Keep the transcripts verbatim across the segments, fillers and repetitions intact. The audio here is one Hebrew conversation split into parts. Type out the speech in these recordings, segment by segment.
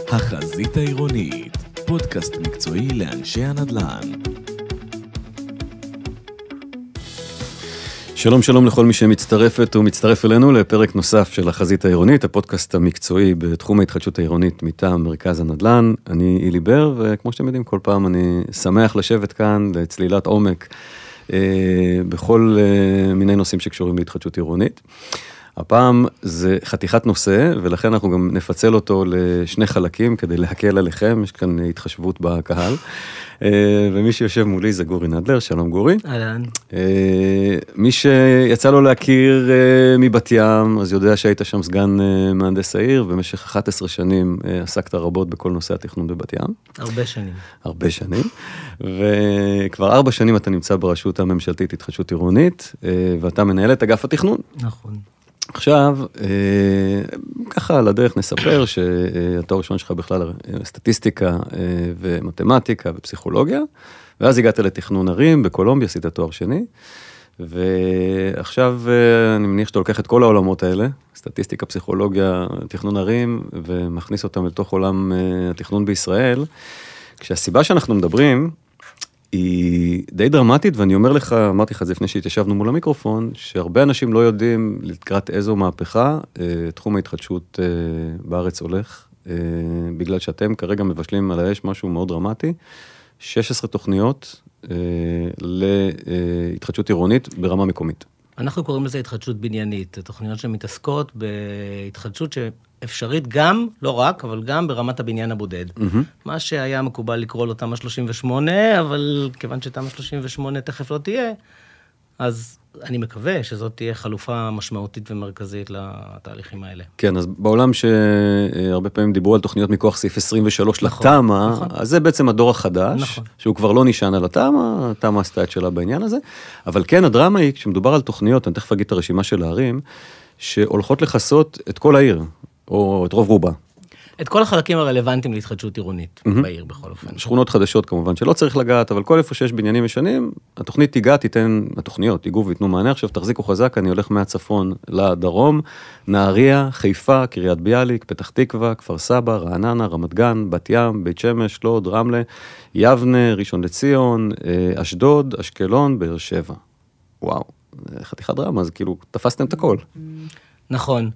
החזית העירונית, פודקאסט מקצועי לאנשי הנדל"ן. שלום שלום לכל מי שמצטרפת ומצטרף אלינו לפרק נוסף של החזית העירונית, הפודקאסט המקצועי בתחום ההתחדשות העירונית מטעם מרכז הנדל"ן. אני אילי בר, וכמו שאתם יודעים, כל פעם אני שמח לשבת כאן לצלילת עומק אה, בכל אה, מיני נושאים שקשורים להתחדשות עירונית. הפעם זה חתיכת נושא, ולכן אנחנו גם נפצל אותו לשני חלקים כדי להקל עליכם, יש כאן התחשבות בקהל. ומי שיושב מולי זה גורי נדלר, שלום גורי. אהלן. מי שיצא לו להכיר מבת ים, אז יודע שהיית שם סגן מהנדס העיר, במשך אחת עשרה שנים עסקת רבות בכל נושא התכנון בבת ים. הרבה שנים. הרבה שנים, וכבר ארבע שנים אתה נמצא ברשות הממשלתית התחדשות עירונית, ואתה מנהל את אגף התכנון. נכון. עכשיו, ככה על הדרך נספר שהתואר ראשון שלך בכלל סטטיסטיקה ומתמטיקה ופסיכולוגיה, ואז הגעת לתכנון ערים בקולומביה, עשית תואר שני, ועכשיו אני מניח שאתה לוקח את כל העולמות האלה, סטטיסטיקה, פסיכולוגיה, תכנון ערים, ומכניס אותם לתוך עולם התכנון בישראל, כשהסיבה שאנחנו מדברים, היא די דרמטית, ואני אומר לך, אמרתי לך את זה לפני שהתיישבנו מול המיקרופון, שהרבה אנשים לא יודעים לקראת איזו מהפכה, תחום ההתחדשות בארץ הולך, בגלל שאתם כרגע מבשלים על האש משהו מאוד דרמטי, שש עשרה תוכניות להתחדשות עירונית ברמה מקומית. אנחנו קוראים לזה התחדשות בניינית, תוכניות שמתעסקות בהתחדשות שאפשרית גם, לא רק, אבל גם ברמת הבניין הבודד. Mm-hmm. מה שהיה מקובל לקרוא לו תמ"א שלושים ושמונה, אבל כיוון שתמ"א שלושים ושמונה תכף לא תהיה, אז אני מקווה שזאת תהיה חלופה משמעותית ומרכזית לתהליכים האלה. כן, אז בעולם שהרבה פעמים דיברו על תוכניות מכוח סעיף עשרים ושלוש נכון, לתמ"א, נכון. אז זה בעצם הדור החדש, נכון. שהוא כבר לא נשען על התמ"א, התמ"א עשתה את שלה בעניין הזה, אבל כן, הדרמה היא, כשמדובר על תוכניות, אני תכף אגיד את הרשימה של הערים, שהולכות לחסות את כל העיר, או את רוב רובה. את כל החלקים הרלוונטיים להתחדשות עירונית, mm-hmm. בעיר בכל אופן. שכונות חדשות כמובן, שלא צריך לגעת, אבל כל איפה שיש בניינים ישנים, התוכנית תיגע, תיתן, התוכניות תיגעו ויתנו מענה, עכשיו תחזיקו חזק, אני הולך מהצפון לדרום, נהריה, חיפה, קריית ביאליק, פתח תקווה, כפר סבא, רעננה, רמת גן, בת ים, בית שמש, לוד, רמלה, יבנה, ראשון לציון, אשדוד, אשקלון, באר שבע. וואו, חתיכת דרמה, אז כאילו, תפסתם את הכל. נכון.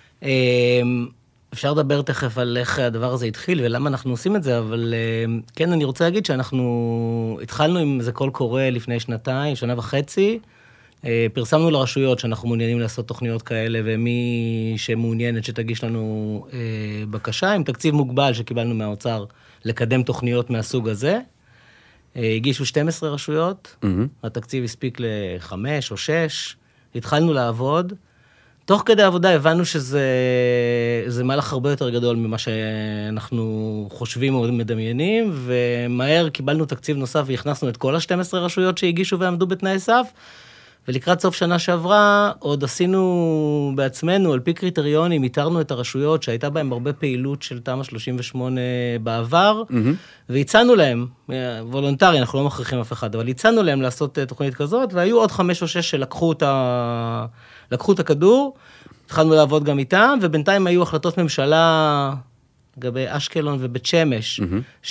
אפשר לדבר תכף על איך הדבר הזה התחיל ולמה אנחנו עושים את זה, אבל כן, אני רוצה להגיד שאנחנו התחלנו עם זה קול קורא לפני שנתיים, שנה וחצי, פרסמנו לרשויות שאנחנו מעוניינים לעשות תוכניות כאלה, ומי שמעוניינת שתגיש לנו בקשה, עם תקציב מוגבל שקיבלנו מהאוצר לקדם תוכניות מהסוג הזה. הגישו שתים עשרה רשויות, mm-hmm. התקציב הספיק לחמש או שש, התחלנו לעבוד, תוך כדי העבודה הבנו שזה זה מהלך הרבה יותר גדול ממה שאנחנו חושבים או מדמיינים, ומהר קיבלנו תקציב נוסף והכנסנו את כל ה-שתים עשרה רשויות שהגישו ועמדו בתנאי סף, ולקראת סוף שנה שעברה עוד עשינו בעצמנו, על פי קריטריונים, איתרנו את הרשויות שהייתה בהם הרבה פעילות של תמ"א שלושים ושמונה בעבר, mm-hmm. והצענו להם, וולונטרי, אנחנו לא מכריחים אף אחד, אבל הצענו להם לעשות תוכנית כזאת, והיו עוד חמש או שש שלקחו את ה... לקחו את הכדור, התחלנו לעבוד גם איתם, ובינתיים היו החלטות ממשלה לגבי אשקלון ובית שמש, mm-hmm.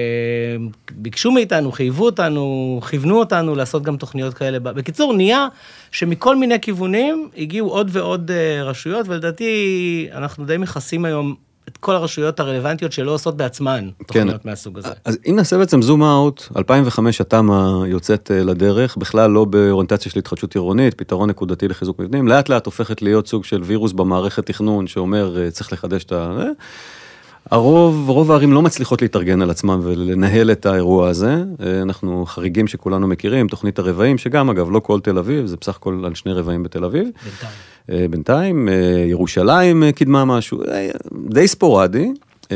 שביקשו מאיתנו, חייבו אותנו, כיוונו אותנו לעשות גם תוכניות כאלה. בקיצור, נהיה שמכל מיני כיוונים הגיעו עוד ועוד רשויות, ולדעתי אנחנו די מכסים היום את כל הרשויות הרלוונטיות שלא עושות בעצמן תוכניות כן. מהסוג הזה. אז אם נעשה בעצם זום אאוט, אלפיים וחמש התמ"א יוצאת לדרך, בכלל לא באוריינטציה של התחדשות עירונית, פתרון נקודתי לחיזוק מבנים, לאט לאט הופכת להיות סוג של וירוס במערכת תכנון, שאומר צריך לחדש את ה... הרוב, רוב הערים לא מצליחות להתארגן על עצמם ולנהל את האירוע הזה. אנחנו חריגים שכולנו מכירים, תוכנית הרבעים, שגם אגב לא כל תל אביב, זה בסך הכל על שני רבעים בתל אביב. בינתיים. בינתיים, ירושלים קידמה משהו, די ספורדי.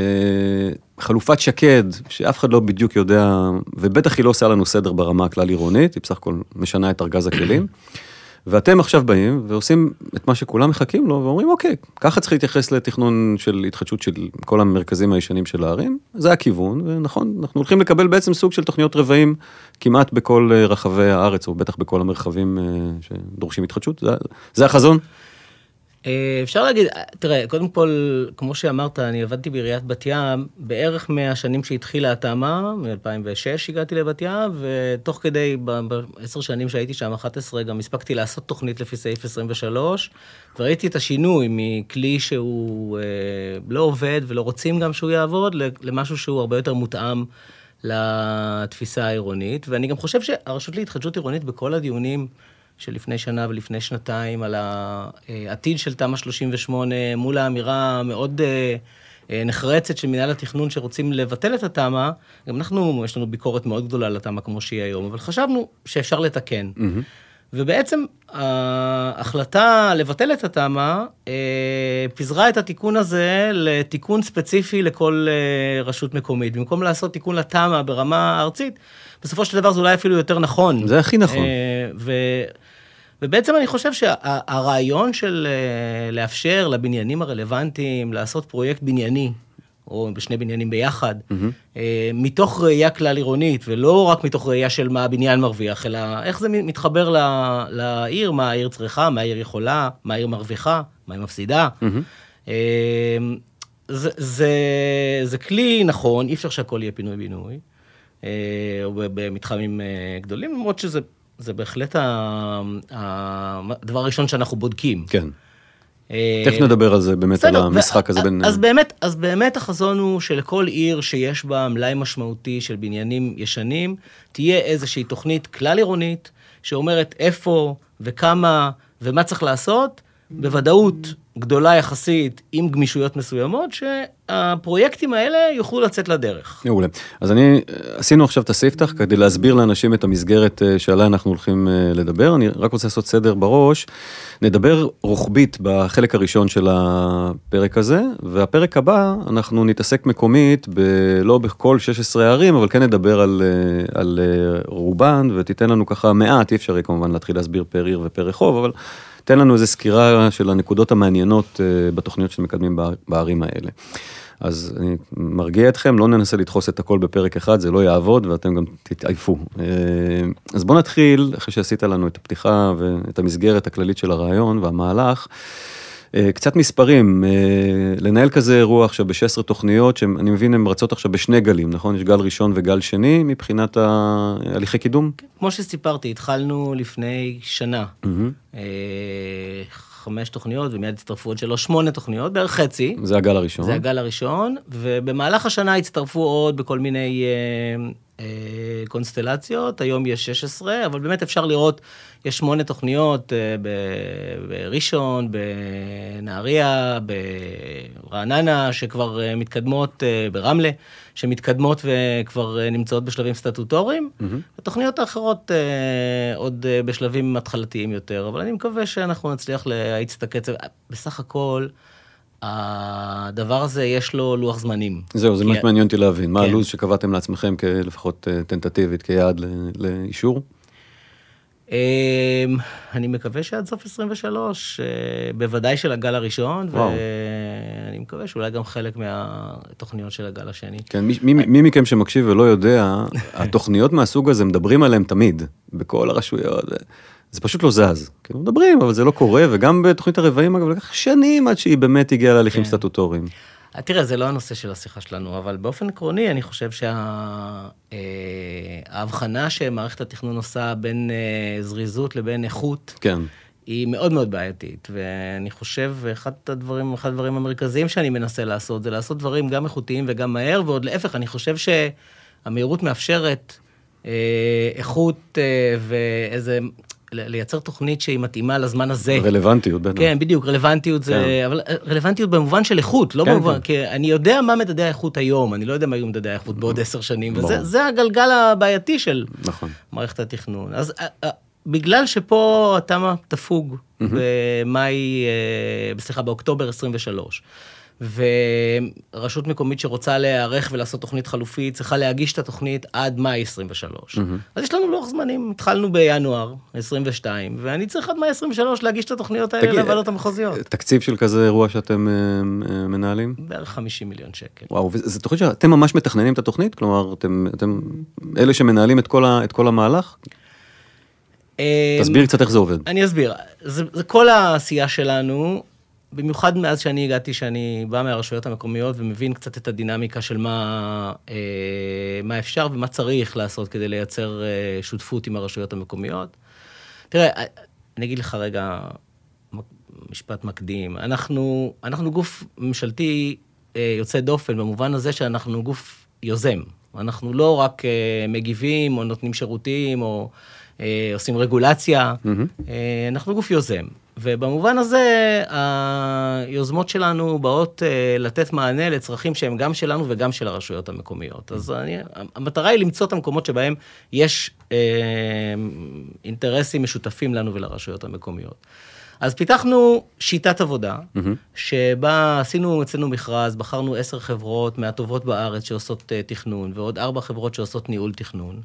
חלופת שקד, שאף אחד לא בדיוק יודע, ובטח היא לא עושה לנו סדר ברמה הכלל עירונית, היא בסך הכל משנה את ארגז הכלים. ואתם עכשיו באים ועושים את מה שכולם מחכים לו, ואומרים, אוקיי, ככה צריך להתייחס לתכנון של התחדשות של כל המרכזים הישנים של הערים, זה הכיוון, ונכון, אנחנו הולכים לקבל בעצם סוג של תוכניות רבעים, כמעט בכל רחבי הארץ, או בטח בכל המרחבים שדורשים התחדשות, זה, זה החזון? אפשר להגיד, תראה, קודם כל, כמו שאמרת, אני עבדתי בעיריית בת ים, בערך מהשנים שהתחילה התאמה, מ-אלפיים ושש הגעתי לבת ים, ותוך כדי, בעשר שנים שהייתי שם, אחת עשרה, גם הספקתי לעשות תוכנית לפי סעיף עשרים ושלוש, וראיתי את השינוי מכלי שהוא אה, לא עובד, ולא רוצים גם שהוא יעבוד, למשהו שהוא הרבה יותר מותאם לתפיסה העירונית, ואני גם חושב שהרשות להתחדשות עירונית בכל הדיונים, שלפני שנה ולפני שנתיים, על העתיד של תמ"א שלושים ושמונה, מול האמירה מאוד נחרצת של מנהל התכנון שרוצים לבטל את התמ"א, גם אנחנו, יש לנו ביקורת מאוד גדולה על התמ"א כמו שהיא היום, אבל חשבנו שאפשר לתקן. Mm-hmm. ובעצם ההחלטה לבטל את התמ"א, פיזרה את התיקון הזה לתיקון ספציפי לכל רשות מקומית. במקום לעשות תיקון לתמ"א ברמה ארצית, בסופו של דבר זה אולי אפילו יותר נכון. זה הכי נכון. ו... ובעצם אני חושב שהרעיון של לאפשר לבניינים הרלוונטיים לעשות פרויקט בנייני, או בשני בניינים ביחד, mm-hmm. מתוך ראייה כלל עירונית, ולא רק מתוך ראייה של מה הבניין מרוויח, אלא איך זה מתחבר לעיר, מה העיר צריכה, מה העיר יכולה, מה העיר מרוויחה, מה היא מפסידה. Mm-hmm. זה, זה, זה כלי נכון, אי אפשר שהכל יהיה פינוי-בינוי, או במתחמים גדולים, למרות שזה זה בהחלט הדבר הראשון שאנחנו בודקים. כן. תכף נדבר על זה, באמת, על המשחק הזה בין... אז באמת, אז באמת החזון הוא שלכל עיר שיש בה מלאי משמעותי של בניינים ישנים, תהיה איזושהי תוכנית כלל עירונית, שאומרת איפה וכמה ומה צריך לעשות, בוודאות גדולה יחסית עם גמישויות מסוימות, שהפרויקטים האלה יוכלו לצאת לדרך. מעולה. אז אני, עשינו עכשיו את הספתח כדי להסביר לאנשים את המסגרת שעליה אנחנו הולכים לדבר. אני רק רוצה לעשות סדר בראש. נדבר רוחבית בחלק הראשון של הפרק הזה, והפרק הבא אנחנו נתעסק מקומית, ב- לא בכל שש עשרה ערים, אבל כן נדבר על, על רובן, ותיתן לנו ככה מעט, אי אפשר כמובן להתחיל להסביר פר עיר ופר רחוב, אבל תן לנו איזו סקירה של הנקודות המעניינות בתוכניות שמקדמים בערים האלה. אז אני מרגיע אתכם, לא ננסה לדחוס את הכל בפרק אחד, זה לא יעבוד ואתם גם תתעייפו. אז בואו נתחיל, אחרי שעשית לנו את הפתיחה ואת המסגרת הכללית של הרעיון והמהלך, קצת מספרים, לנהל כזה אירוע עכשיו ב-שש עשרה תוכניות, שאני מבין הן רצות עכשיו בשני גלים, נכון? יש גל ראשון וגל שני, מבחינת הליכי קידום? כמו שסיפרתי, התחלנו לפני שנה, חמש תוכניות, ומיד הצטרפו עוד שלוש, שמונה תוכניות, בערך חצי. זה הגל הראשון. זה הגל הראשון, ובמהלך השנה הצטרפו עוד בכל מיני קונסטלציות, היום יש שש עשרה, אבל באמת אפשר לראות, יש שמונה תוכניות בראשון, בנהריה, ברעננה, שכבר מתקדמות, ברמלה, שמתקדמות וכבר נמצאות בשלבים סטטוטוריים, התוכניות האחרות עוד בשלבים התחלתיים יותר, אבל אני מקווה שאנחנו נצליח להאיץ את הקצב. בסך הכל, הדבר הזה יש לו לוח זמנים. זהו, זה ממש מעניין אותי להבין. מה הלו"ז שקבעתם לעצמכם לפחות טנטטיבית, כיעד לאישור? אני מקווה שעד סוף עשרים ושלוש, בוודאי של הגל הראשון, ואני מקווה שאולי גם חלק מהתוכניות של הגל השני. כן, מי מכם שמקשיב ולא יודע, התוכניות מהסוג הזה מדברים עליהם תמיד, בכל הרשויות, זה פשוט לא זז. כאילו מדברים, אבל זה לא קורה, וגם בתוכנית הרבעים, אגב, לקח שנים עד שהיא באמת הגיעה להליכים סטטוטוריים. תראה, זה לא הנושא של השיחה שלנו, אבל באופן עקרוני, אני חושב שההבחנה שמערכת התכנון עושה בין זריזות לבין איכות, כן. היא מאוד מאוד בעייתית, ואני חושב, אחד הדברים, אחד הדברים המרכזיים שאני מנסה לעשות, זה לעשות דברים גם איכותיים וגם מהר, ועוד להפך, אני חושב שהמהירות מאפשרת איכות ואיזה... לייצר תוכנית שהיא מתאימה לזמן הזה. רלוונטיות, בטח. כן, בדיוק, רלוונטיות זה, אבל רלוונטיות במובן של איכות, לא במובן, כי אני יודע מה מדדי האיכות היום, אני לא יודע מה היו מדדי האיכות בעוד עשר שנים, וזה הגלגל הבעייתי של מערכת התכנון. אז בגלל שפה התמ"א תפוג במאי, סליחה, באוקטובר עשרים ושלוש, ורשות מקומית שרוצה להיערך ולעשות תוכנית חלופית, צריכה להגיש את התוכנית עד מאי עשרים ושלוש. אז יש לנו לוח זמנים, התחלנו בינואר עשרים ושתיים, ואני צריך עד מאי עשרים ושלוש להגיש את התוכניות האלה לוועדות המחוזיות. תקציב של כזה אירוע שאתם מנהלים? בערך חמישים מיליון שקל. וואו, וזו תוכנית שאתם ממש מתכננים את התוכנית? כלומר, אתם אלה שמנהלים את כל המהלך? תסביר קצת איך זה עובד. אני אסביר. זה כל העשייה שלנו, במיוחד מאז שאני הגעתי, שאני בא מהרשויות המקומיות ומבין קצת את הדינמיקה של מה, מה אפשר ומה צריך לעשות כדי לייצר שותפות עם הרשויות המקומיות. תראה, אני אגיד לך רגע משפט מקדים. אנחנו, אנחנו גוף ממשלתי יוצא דופן במובן הזה שאנחנו גוף יוזם. אנחנו לא רק מגיבים או נותנים שירותים או עושים רגולציה, mm-hmm. אנחנו גוף יוזם. ובמובן הזה, היוזמות שלנו באות לתת מענה לצרכים שהם גם שלנו וגם של הרשויות המקומיות. אז אני, המטרה היא למצוא את המקומות שבהם יש אה, אינטרסים משותפים לנו ולרשויות המקומיות. אז פיתחנו שיטת עבודה, mm-hmm. שבה עשינו אצלנו מכרז, בחרנו עשר חברות מהטובות בארץ שעושות תכנון, ועוד ארבע חברות שעושות ניהול תכנון.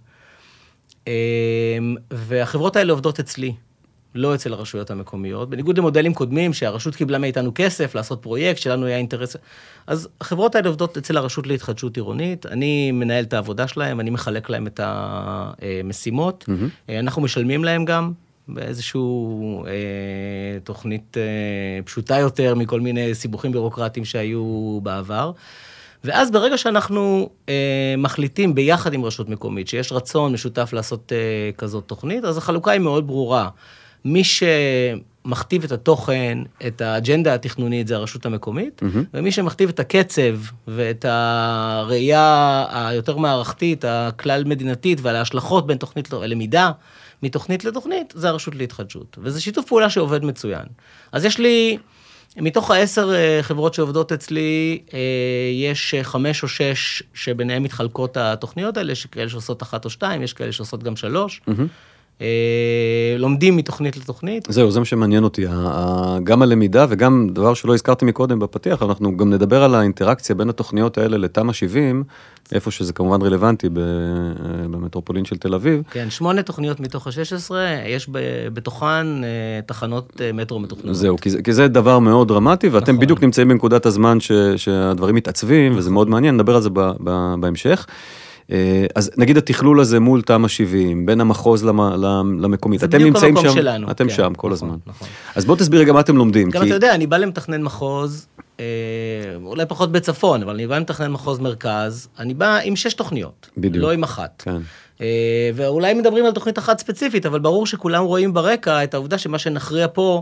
והחברות האלה עובדות אצלי, לא אצל הרשויות המקומיות, בניגוד למודלים קודמים שהרשות קיבלה מאיתנו כסף לעשות פרויקט, שלנו היה אינטרס. אז החברות האלה עובדות אצל הרשות להתחדשות עירונית, אני מנהל את העבודה שלהם, אני מחלק להם את המשימות, mm-hmm. אנחנו משלמים להם גם, באיזשהו אה, תוכנית אה, פשוטה יותר מכל מיני סיבוכים בירוקרטיים שהיו בעבר. ואז ברגע שאנחנו אה, מחליטים ביחד עם רשות מקומית, שיש רצון משותף לעשות אה, כזאת תוכנית, אז החלוקה היא מאוד ברורה. מי שמכתיב את התוכן, את האג'נדה התכנונית, זה הרשות המקומית, mm-hmm. ומי שמכתיב את הקצב ואת הראייה היותר מערכתית, הכלל מדינתית, ועל ההשלכות בין תוכנית ללמידה, מתוכנית לתוכנית, זה הרשות להתחדשות. וזה שיתוף פעולה שעובד מצוין. אז יש לי, מתוך העשר חברות שעובדות אצלי, יש חמש או שש שביניהם מתחלקות התוכניות האלה, יש כאלה שעושות אחת או שתיים, יש כאלה שעושות גם שלוש. Mm-hmm. לומדים מתוכנית לתוכנית. זהו, זה מה שמעניין אותי, גם הלמידה וגם דבר שלא הזכרתי מקודם בפתיח, אנחנו גם נדבר על האינטראקציה בין התוכניות האלה לתמ"א שבעים, איפה שזה כמובן רלוונטי במטרופולין של תל אביב. כן, שמונה תוכניות מתוך ה-שש עשרה, יש בתוכן תחנות מטרו מתוכניות. זהו, כי זה דבר מאוד דרמטי, ואתם בדיוק נמצאים בנקודת הזמן שהדברים מתעצבים, וזה מאוד מעניין, נדבר על זה בהמשך. אז נגיד התכלול הזה מול תמ"א שבעים, בין המחוז למקומית, אתם נמצאים שם, אתם שם כל הזמן. אז בוא תסביר רגע מה אתם לומדים. גם אתה יודע, אני בא למתכנן מחוז, אולי פחות בצפון, אבל אני בא למתכנן מחוז מרכז, אני בא עם שש תוכניות, לא עם אחת. ואולי מדברים על תוכנית אחת ספציפית, אבל ברור שכולם רואים ברקע את העובדה שמה שנכריע פה,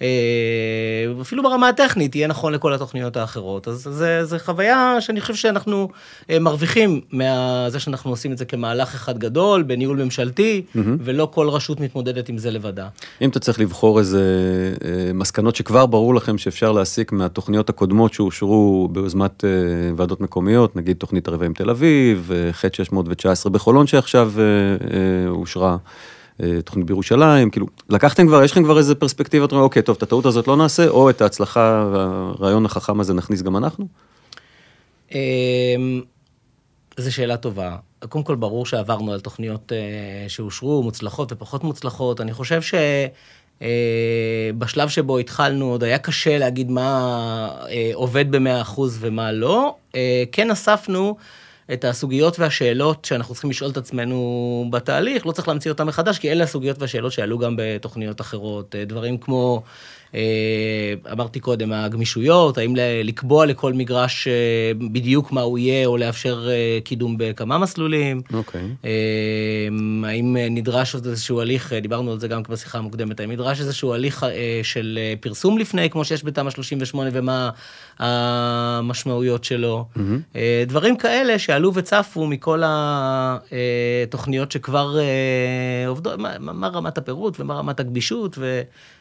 אפילו ברמה הטכנית, יהיה נכון לכל התוכניות האחרות. אז זה, זה חוויה שאני חושב שאנחנו מרוויחים מזה שאנחנו עושים את זה כמהלך אחד גדול, בניהול ממשלתי, mm-hmm. ולא כל רשות מתמודדת עם זה לבדה. אם אתה צריך לבחור איזה מסקנות שכבר ברור לכם שאפשר להסיק מהתוכניות הקודמות שאושרו ביוזמת ועדות מקומיות, נגיד תוכנית הרבעים תל אביב, ח' שש מאות תשע עשרה בחולון שעכשיו אושרה, תוכנית בירושלים, כאילו, לקחתם כבר, יש לכם כבר איזה פרספקטיבה, אוקיי, טוב, את הטעות הזאת לא נעשה, או את ההצלחה והרעיון החכם הזה נכניס גם אנחנו? זו שאלה טובה. קודם כל, ברור שעברנו על תוכניות שאושרו, מוצלחות ופחות מוצלחות. אני חושב שבשלב שבו התחלנו, עוד היה קשה להגיד מה עובד ב-מאה אחוז ומה לא. כן אספנו את הסוגיות והשאלות שאנחנו צריכים לשאול את עצמנו בתהליך, לא צריך להמציא אותם מחדש, כי אלה הסוגיות והשאלות שעלו גם בתוכניות אחרות, דברים כמו, אמרתי קודם, הגמישויות, האם לקבוע לכל מגרש בדיוק מה הוא יהיה, או לאפשר קידום בכמה מסלולים, okay. האם נדרש איזשהו הליך, דיברנו על זה גם בשיחה המוקדמת, האם נדרש איזשהו הליך של פרסום לפני, כמו שיש בתמ"א שלושים ושמונה, ומה המשמעויות שלו, mm-hmm. דברים כאלה שעלו וצפו מכל התוכניות שכבר עובדות, מה, מה רמת הפירוט ומה רמת הגבישות, ו...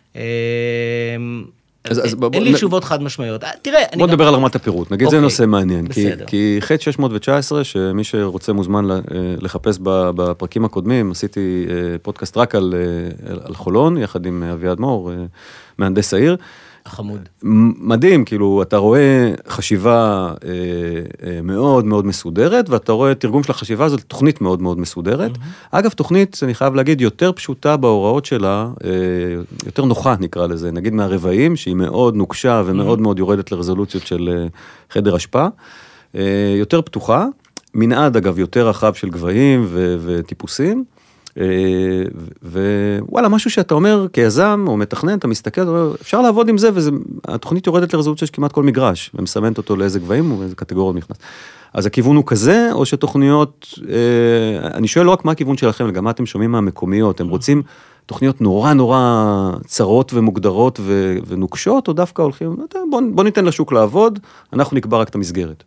אז, אז אין לי תשובות חד משמעיות. תראה, בוא נדבר על רמת הפירוט, נגיד זה נושא מעניין, כי, כי ח' שש מאות תשע עשרה, שמי שרוצה מוזמן לחפש בפרקים הקודמים, עשיתי פודקאסט רק על, על חולון, יחד עם אביעד מור, מהנדס העיר, החמוד. מדהים, כאילו, אתה רואה חשיבה אה, אה, מאוד מאוד מסודרת, ואתה רואה תרגום של החשיבה הזאת, תוכנית מאוד מאוד מסודרת. Mm-hmm. אגב, תוכנית, אני חייב להגיד, יותר פשוטה בהוראות שלה, אה, יותר נוחה נקרא לזה, נגיד מהרבעים, שהיא מאוד נוקשה ומאוד mm-hmm. מאוד יורדת לרזולוציות של אה, חדר השפעה, אה, יותר פתוחה, מנעד אגב יותר רחב של גבהים ו- וטיפוסים, ווואלה, משהו שאתה אומר כיזם או מתכנן, אתה מסתכל, אפשר לעבוד עם זה, והתוכנית יורדת לרזולוציה של כמעט כל מגרש, ומסמנת אותו לאיזה גבהים ואיזה קטגוריות נכנס. אז הכיוון הוא כזה, או שתוכניות, אני שואל לא רק מה הכיוון שלכם, גם מה אתם שומעים מהמקומיות, הם רוצים תוכניות נורא נורא צרות ומוגדרות ונוקשות, או דווקא הולכים, בוא, בוא ניתן לשוק לעבוד, אנחנו נקבע רק את המסגרת.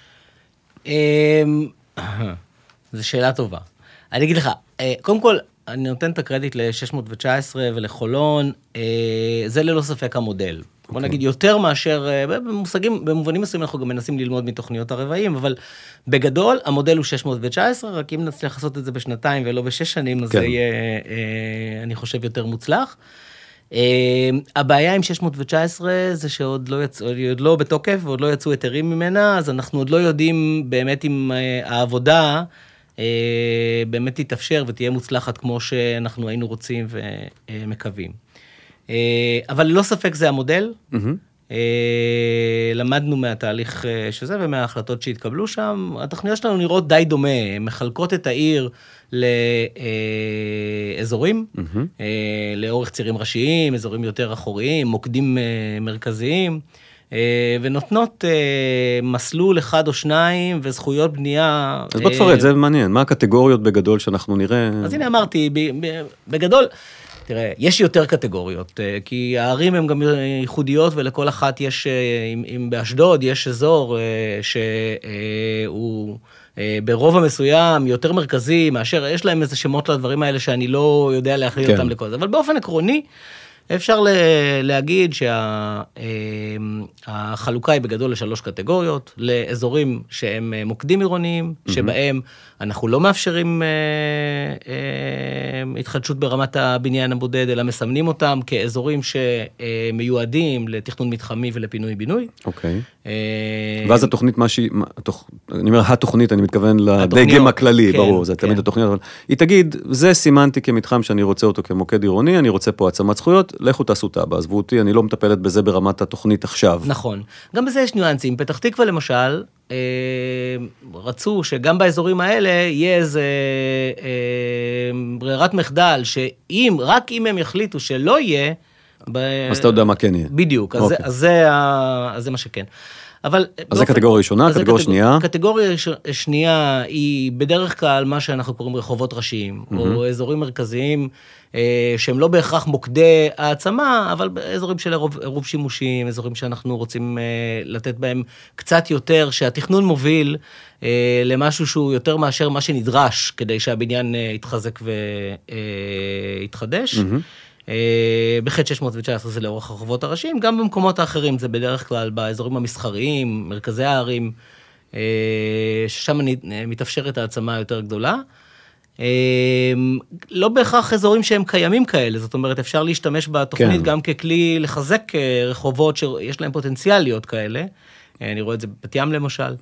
זו שאלה טובה. אני אגיד לך, קודם כל, אני נותן את הקרדיט ל-שש מאות תשע עשרה ולחולון, זה ללא ספק המודל. Okay. בוא נגיד יותר מאשר, במושגים, במובנים מסוימים אנחנו גם מנסים ללמוד מתוכניות הרבעים, אבל בגדול המודל הוא שש מאות תשע עשרה, רק אם נצליח לעשות את זה בשנתיים ולא בשש שנים, אז okay. זה יהיה, אני חושב, יותר מוצלח. הבעיה עם שש מאות תשע עשרה זה שעוד לא יצאו, עוד לא בתוקף, ועוד לא יצאו היתרים ממנה, אז אנחנו עוד לא יודעים באמת אם העבודה באמת תתאפשר ותהיה מוצלחת כמו שאנחנו היינו רוצים ומקווים. אבל ללא ספק זה המודל. Mm-hmm. למדנו מהתהליך שזה ומההחלטות שהתקבלו שם. התוכניות שלנו נראות די דומה, מחלקות את העיר לאזורים, mm-hmm. לאורך צירים ראשיים, אזורים יותר אחוריים, מוקדים מרכזיים, ונותנות מסלול אחד או שניים וזכויות בנייה. אז בוא תפרט, זה מעניין. מה הקטגוריות בגדול שאנחנו נראה? אז הנה אמרתי, בגדול, תראה, יש יותר קטגוריות, כי הערים הן גם ייחודיות, ולכל אחת יש, אם, אם באשדוד יש אזור שהוא ברוב המסוים יותר מרכזי, מאשר יש להם איזה שמות לדברים האלה שאני לא יודע להכליל כן. אותם לכל זה, אבל באופן עקרוני, אפשר להגיד שהחלוקה היא בגדול לשלוש קטגוריות, לאזורים שהם מוקדים עירוניים, שבהם אנחנו לא מאפשרים התחדשות ברמת הבניין הבודד, אלא מסמנים אותם כאזורים שמיועדים לתכנון מתחמי ולפינוי בינוי. אוקיי. ואז התוכנית, אני אומר, התוכנית, אני מתכוון לדגם הכללי, ברור, זה תמיד התוכנית, אבל היא תגיד, זה סימנתי כמתחם שאני רוצה אותו כמוקד עירוני, אני רוצה פה עצמת זכויות, לכו תעשו תב"ע, עזבו אותי, אני לא מטפלת בזה ברמת התוכנית עכשיו. נכון. גם בזה יש ניואנסים. פתח תקווה למשל, רצו שגם באזורים האלה יהיה איזה ברירת מחדל, שאם, רק אם הם יחליטו שלא יהיה, אז אתה יודע מה כן יהיה. בדיוק, אז זה מה שכן. אבל אז זה קטגוריה ראשונה, קטגוריה שנייה. קטגוריה שנייה היא בדרך כלל מה שאנחנו קוראים רחובות ראשיים, או אזורים מרכזיים, שהם לא בהכרח מוקדי העצמה, אבל אזורים של עירוב שימושים, אזורים שאנחנו רוצים לתת בהם קצת יותר, שהתכנון מוביל למשהו שהוא יותר מאשר מה שנדרש, כדי שהבניין יתחזק ויתחדש. בח' שש מאות תשע עשרה זה לאורך הרחובות הראשיים, גם במקומות האחרים, זה בדרך כלל באזורים המסחריים, מרכזי הערים, ששם מתאפשרת העצמה יותר גדולה. לא בהכרח אזורים שהם קיימים כאלה, זאת אומרת, אפשר להשתמש בתוכנית כן. גם ככלי לחזק רחובות שיש להם פוטנציאליות כאלה. אני רואה את זה בת ים למשל.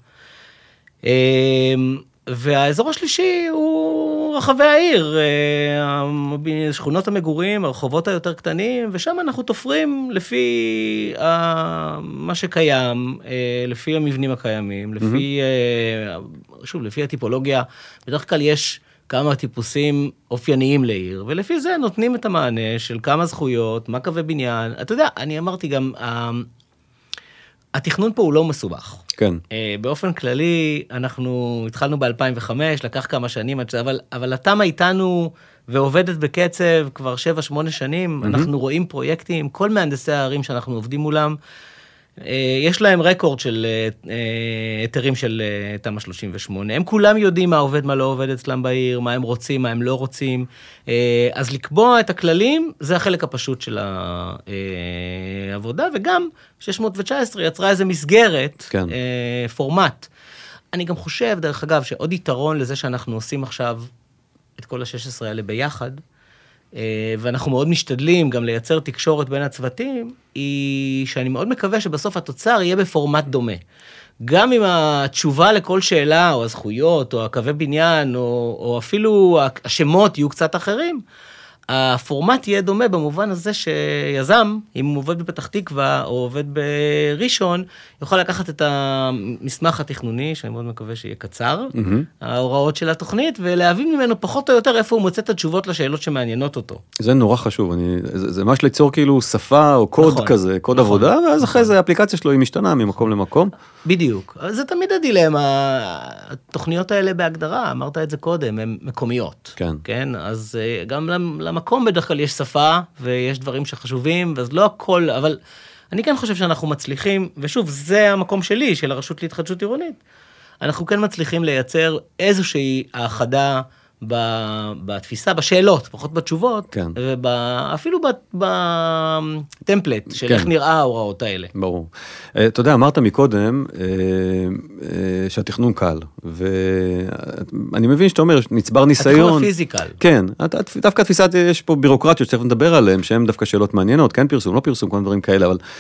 והאזור השלישי הוא רחבי העיר, שכונות המגורים, הרחובות היותר קטנים, ושם אנחנו תופרים לפי מה שקיים, לפי המבנים הקיימים, לפי, שוב, לפי הטיפולוגיה. בדרך כלל יש כמה טיפוסים אופייניים לעיר, ולפי זה נותנים את המענה של כמה זכויות, מה קווי בניין. אתה יודע, אני אמרתי גם, התכנון פה הוא לא מסובך. כן. באופן כללי, אנחנו התחלנו ב-אלפיים וחמש, לקח כמה שנים, אבל, אבל התמה איתנו ועובדת בקצב כבר שבע, שמונה שנים, mm-hmm. אנחנו רואים פרויקטים, כל מהנדסי הערים שאנחנו עובדים מולם, יש להם רקורד של היתרים של תמ"א שלושים ושמונה. הם כולם יודעים מה עובד, מה לא עובד אצלם בעיר, מה הם רוצים, מה הם לא רוצים. אז לקבוע את הכללים, זה החלק הפשוט של העבודה, וגם שש מאות תשע עשרה יצרה איזו מסגרת, כן. פורמט. אני גם חושב, דרך אגב, שעוד יתרון לזה שאנחנו עושים עכשיו את כל ה-שש עשרה האלה ביחד, ואנחנו מאוד משתדלים גם לייצר תקשורת בין הצוותים, היא שאני מאוד מקווה שבסוף התוצר יהיה בפורמט דומה. גם אם התשובה לכל שאלה, או הזכויות, או הקווי בניין, או, או אפילו השמות יהיו קצת אחרים, הפורמט יהיה דומה במובן הזה שיזם, אם הוא עובד בפתח תקווה או עובד בראשון, יוכל לקחת את המסמך התכנוני, שאני מאוד מקווה שיהיה קצר, mm-hmm. ההוראות של התוכנית, ולהבין ממנו פחות או יותר איפה הוא מוצא את התשובות לשאלות שמעניינות אותו. זה נורא חשוב, אני, זה, זה ממש ליצור כאילו שפה או קוד נכון, כזה, קוד נכון, עבודה, ואז נכון. אחרי זה האפליקציה שלו היא משתנה ממקום למקום. בדיוק, זה תמיד הדילמה, התוכניות האלה בהגדרה, אמרת את זה קודם, הן מקומיות. כן. כן, אז גם למקום בדרך כלל יש שפה, ויש דברים שחשובים, ואז לא הכל, אבל אני כן חושב שאנחנו מצליחים, ושוב, זה המקום שלי, של הרשות להתחדשות עירונית, אנחנו כן מצליחים לייצר איזושהי האחדה בתפיסה, בשאלות, פחות בתשובות, כן. ואפילו בטמפלט של כן. איך נראה ההוראות האלה. ברור. אתה יודע, אמרת מקודם שהתכנון קל, ואני מבין שאתה אומר, נצבר ניסיון. התכנון הפיזיקל. כן, דווקא התפיסה, יש פה בירוקרטיות שצריך לדבר עליהן, שהן דווקא שאלות מעניינות, כן פרסום, לא פרסום, כל דברים כאלה, אבל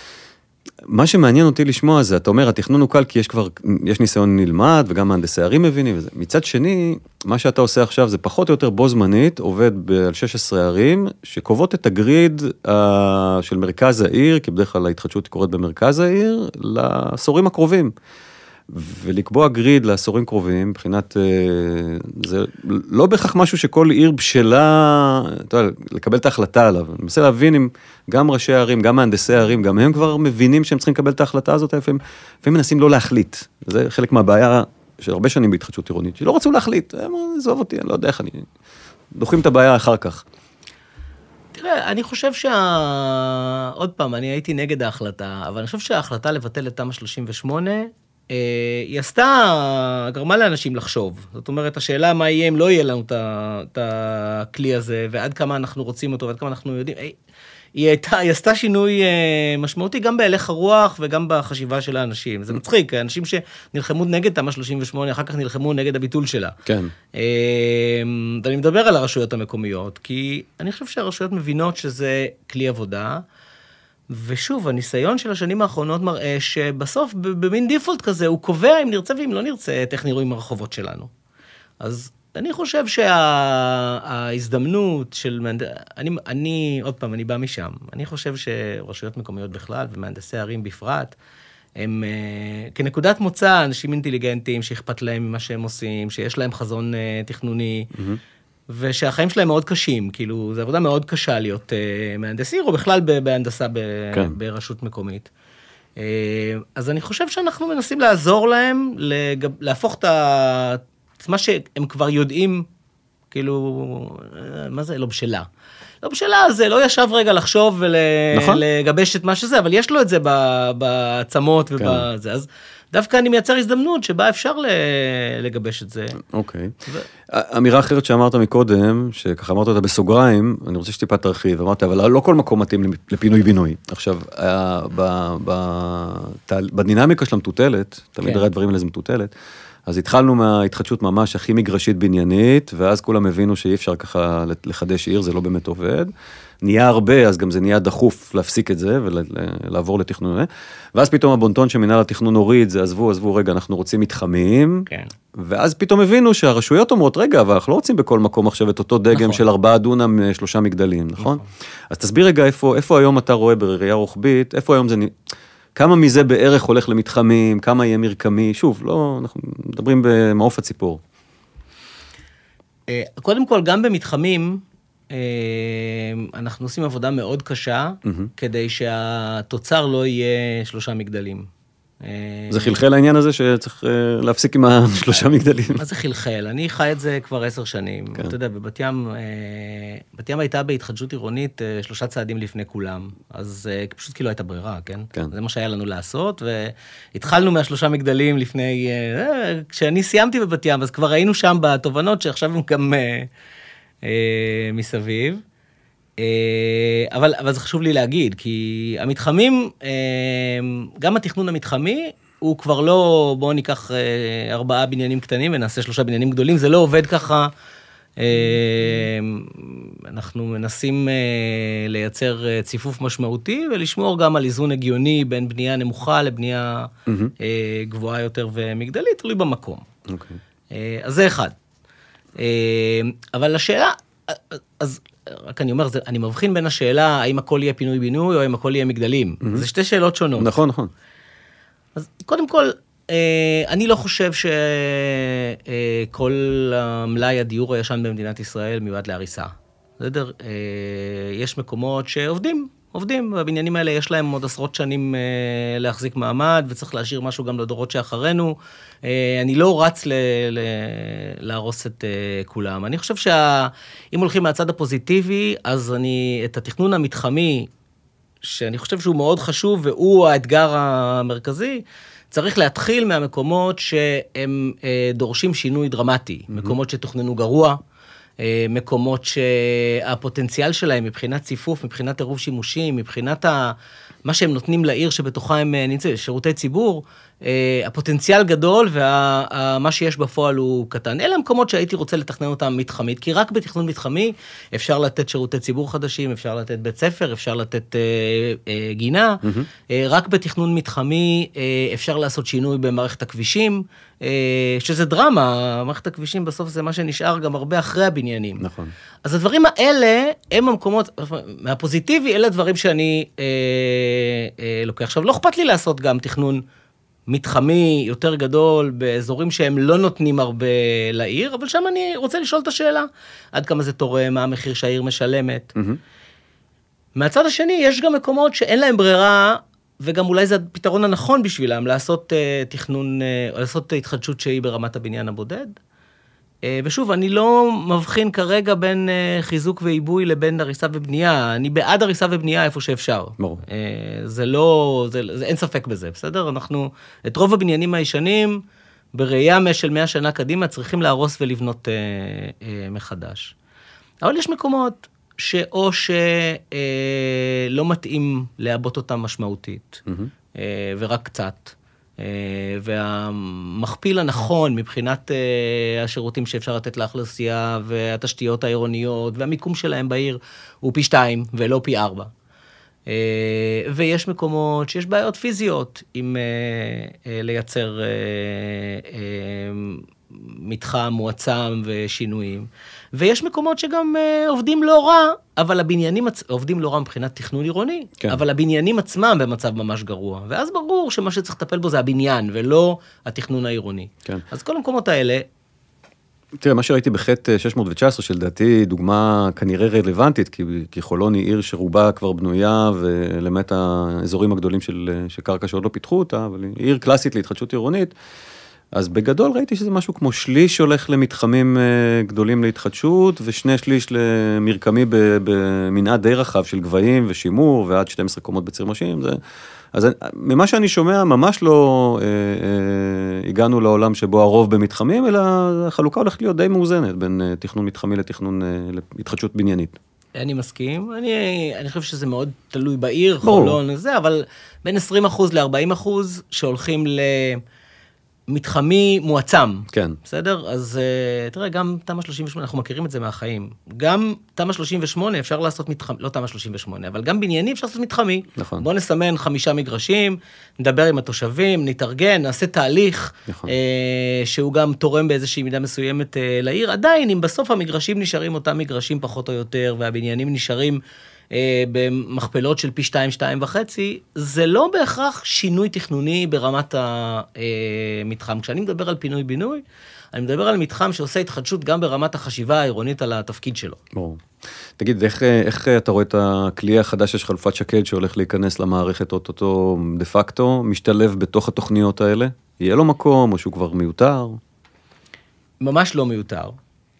מה שמעניין אותי לשמוע זה, אתה אומר, התכנון הוא קל כי יש כבר, יש ניסיון נלמד, וגם מהנדסי ערים מבינים וזה. מצד שני, מה שאתה עושה עכשיו זה פחות או יותר בו זמנית, עובד על שש עשרה ערים, שקובעות את הגריד uh, של מרכז העיר, כי בדרך כלל ההתחדשות קורית במרכז העיר, לעשורים הקרובים. ולקבוע גריד לעשורים קרובים, מבחינת, זה לא בהכרח משהו שכל עיר בשלה, אתה יודע, לקבל את ההחלטה עליו. אני מנסה להבין אם גם ראשי הערים, גם מהנדסי הערים, גם הם כבר מבינים שהם צריכים לקבל את ההחלטה הזאת, לפעמים מנסים לא להחליט. זה חלק מהבעיה של הרבה שנים בהתחדשות עירונית, שלא רצו להחליט, הם עזוב אותי, אני לא יודע איך אני, דוחים את הבעיה אחר כך. תראה, אני חושב שה... עוד פעם, אני הייתי נגד ההחלטה, אבל אני חושב שההחלטה לבטל את תמ"א שלושים ושמונה, היא עשתה, גרמה לאנשים לחשוב. זאת אומרת, השאלה מה יהיה אם לא יהיה לנו את הכלי הזה, ועד כמה אנחנו רוצים אותו, ועד כמה אנחנו יודעים. היא, הייתה, היא עשתה שינוי משמעותי גם בהלך הרוח וגם בחשיבה של האנשים. זה מצחיק, האנשים שנלחמו נגד תמ"א שלושים ושמונה, אחר כך נלחמו נגד הביטול שלה. כן. ואני מדבר על הרשויות המקומיות, כי אני חושב שהרשויות מבינות שזה כלי עבודה, ושוב, הניסיון של השנים האחרונות מראה שבסוף, במין דיפולט כזה, הוא קובע אם נרצה ואם לא נרצה את איך נראים הרחובות שלנו. אז אני חושב שההזדמנות של... אני, אני, עוד פעם, אני בא משם. אני חושב שרשויות מקומיות בכלל, ומהנדסי ערים בפרט, הם כנקודת מוצא, אנשים אינטליגנטים, שאכפת להם ממה שהם עושים, שיש להם חזון תכנוני, mm-hmm. ושהחיים שלהם מאוד קשים, כאילו, זו עבודה מאוד קשה להיות uh, מהנדס עיר, או בכלל בהנדסה ב- כן. ברשות מקומית. Uh, אז אני חושב שאנחנו מנסים לעזור להם, לגב, להפוך את ה... מה שהם כבר יודעים, כאילו, מה זה? לא בשלה. לא בשלה, זה לא ישב רגע לחשוב ולגבש את מה שזה, אבל יש לו את זה בעצמות ובזה, אז... דווקא אני מייצר הזדמנות שבה אפשר לגבש את זה. אוקיי. אמירה אחרת שאמרת מקודם, שככה אמרת אותה בסוגריים, אני רוצה שטיפה תרחיב, אמרת, אבל לא כל מקום מתאים לפינוי בינוי. עכשיו, בדינמיקה של המטוטלת, תמיד הרי הדברים האלה זה מטוטלת, אז התחלנו מההתחדשות ממש הכי מגרשית בניינית, ואז כולם הבינו שאי אפשר ככה לחדש עיר, זה לא באמת עובד. נהיה הרבה, אז גם זה נהיה דחוף להפסיק את זה, ולעבור לתכנון. ואז פתאום הבונטון שמנהל התכנון הוריד, זה עזבו, עזבו, רגע, אנחנו רוצים מתחמים, כן. ואז פתאום הבינו שהרשויות אומרות, רגע, אבל אנחנו לא רוצים בכל מקום עכשיו את אותו דגם נכון. של ארבעה דונם, שלושה מגדלים, נכון? נכון? אז תסביר רגע איפה, איפה היום אתה רואה בראייה רוחבית, איפה היום זה... כמה מזה בערך הולך למתחמים, כמה יהיה מרקמי, שוב, לא, אנחנו מדברים במעוף הציפור. קודם כל, גם במתחמים, אנחנו עושים עבודה מאוד קשה, כדי שהתוצר לא יהיה שלושה מגדלים. זה חלחל העניין הזה שצריך להפסיק עם השלושה מגדלים. מה זה חלחל? אני חי את זה כבר עשר שנים. אתה יודע, בבת ים, בת ים הייתה בהתחדשות עירונית שלושה צעדים לפני כולם. אז פשוט כאילו הייתה ברירה, כן? זה מה שהיה לנו לעשות, והתחלנו מהשלושה מגדלים לפני... כשאני סיימתי בבת ים, אז כבר היינו שם בתובנות שעכשיו הם גם מסביב. אבל, אבל זה חשוב לי להגיד, כי המתחמים, גם התכנון המתחמי, הוא כבר לא, בואו ניקח ארבעה בניינים קטנים ונעשה שלושה בניינים גדולים, זה לא עובד ככה. אנחנו מנסים לייצר ציפוף משמעותי, ולשמור גם על איזון הגיוני בין בנייה נמוכה לבנייה גבוהה יותר ומגדלית, תלוי במקום. אז זה אחד. אבל השאלה, אז רק אני אומר, זה, אני מבחין בין השאלה, האם הכל יהיה פינוי-בינוי, או האם הכל יהיה מגדלים. Mm-hmm. זה שתי שאלות שונות. נכון, נכון. אז קודם כל, אני לא חושב שכל המלאי הדיור הישן במדינת ישראל מיועד להריסה. בסדר? יש מקומות שעובדים, עובדים, והבניינים האלה יש להם עוד עשרות שנים להחזיק מעמד, וצריך להשאיר משהו גם לדורות שאחרינו. אני לא רץ ל- ל- להרוס את כולם. אני חושב שאם הולכים מהצד הפוזיטיבי, אז אני, את התכנון המתחמי, שאני חושב שהוא מאוד חשוב, והוא האתגר המרכזי, צריך להתחיל מהמקומות שהם דורשים שינוי דרמטי, mm-hmm. מקומות שתוכננו גרוע, מקומות שהפוטנציאל שלהם מבחינת ציפוף, מבחינת עירוב שימושים, מבחינת ה... מה שהם נותנים לעיר שבתוכה הם נמצאים, שירותי ציבור, הפוטנציאל גדול ומה שיש בפועל הוא קטן. אלה המקומות שהייתי רוצה לתכנן אותם מתחמית, כי רק בתכנון מתחמי אפשר לתת שירותי ציבור חדשים, אפשר לתת בית ספר, אפשר לתת גינה, רק בתכנון מתחמי אפשר לעשות שינוי במערכת הכבישים, שזה דרמה, מערכת הכבישים בסוף זה מה שנשאר גם הרבה אחרי הבניינים. נכון. אז הדברים האלה הם המקומות, מהפוזיטיבי, אלה הדברים שאני אה, אה, לוקח. עכשיו, לא אכפת לי לעשות גם תכנון מתחמי יותר גדול, באזורים שהם לא נותנים הרבה לעיר, אבל שם אני רוצה לשאול את השאלה, עד כמה זה תורם, מה המחיר שהעיר משלמת. Mm-hmm. מהצד השני, יש גם מקומות שאין להם ברירה, וגם אולי זה הפתרון הנכון בשבילם, לעשות uh, תכנון, uh, לעשות התחדשות שהיא ברמת הבניין הבודד. Uh, ושוב, אני לא מבחין כרגע בין uh, חיזוק ועיבוי לבין הריסה ובנייה. אני בעד הריסה ובנייה איפה שאפשר. ברור. Uh, זה לא, זה, זה, אין ספק בזה, בסדר? אנחנו, את רוב הבניינים הישנים, בראייה של מאה שנה קדימה, צריכים להרוס ולבנות uh, uh, מחדש. אבל יש מקומות, שאו שלא מתאים לעבות אותם משמעותית, mm-hmm. ורק קצת, והמכפיל הנכון מבחינת השירותים שאפשר לתת לאוכלוסייה, והתשתיות העירוניות, והמיקום שלהם בעיר, הוא פי שתיים ולא פי ארבע. ויש מקומות שיש בעיות פיזיות, עם לייצר מתחם, מועצם ושינויים. ויש מקומות שגם uh, עובדים לא רע, אבל הבניינים, עובדים לא רע מבחינת תכנון עירוני, כן. אבל הבניינים עצמם במצב ממש גרוע. ואז ברור שמה שצריך לטפל בו זה הבניין, ולא התכנון העירוני. כן. אז כל המקומות האלה... תראה, מה שראיתי בחטא שש מאות תשע עשרה, שלדעתי דוגמה כנראה רלוונטית, כי, כי חולון היא עיר שרובה כבר בנויה, ולמעט האזורים הגדולים של, של קרקע שעוד לא פיתחו אותה, אבל היא עיר קלאסית להתחדשות עירונית, אז בגדול ראיתי שזה משהו כמו שליש הולך למתחמים גדולים להתחדשות, ושני שליש למרקמי במנעד די רחב של גבהים ושימור, ועד שתים עשרה קומות בציר משים. זה... אז ממה שאני שומע, ממש לא אה, אה, הגענו לעולם שבו הרוב במתחמים, אלא החלוקה הולכת להיות די מאוזנת, בין אה, תכנון מתחמי לתכנון, אה, להתחדשות בניינית. אני מסכים, אני, אני חושב שזה מאוד תלוי בעיר, חולון, זה, אבל בין עשרים אחוז ל-ארבעים אחוז שהולכים ל... מתחמי מועצם, כן. בסדר? אז תראה, גם תמ"א שלושים ושמונה, אנחנו מכירים את זה מהחיים. גם תמ"א שלושים ושמונה אפשר לעשות מתחמי, לא תמ"א שלושים ושמונה, אבל גם בניינים אפשר לעשות מתחמי. נכון. בוא נסמן חמישה מגרשים, נדבר עם התושבים, נתארגן, נעשה תהליך, נכון. אה, שהוא גם תורם באיזושהי מידה מסוימת אה, לעיר. עדיין, אם בסוף המגרשים נשארים אותם מגרשים פחות או יותר, והבניינים נשארים במכפלות של פי שתיים, שתיים וחצי, זה לא בהכרח שינוי תכנוני ברמת המתחם. כשאני מדבר על פינוי-בינוי, אני מדבר על מתחם שעושה התחדשות גם ברמת החשיבה העירונית על התפקיד שלו. ברור. תגיד, איך, איך אתה רואה את הכלי החדש של חלופת שקד שהולך להיכנס למערכת אותו דה פקטו, משתלב בתוך התוכניות האלה? יהיה לו מקום או שהוא כבר מיותר? ממש לא מיותר.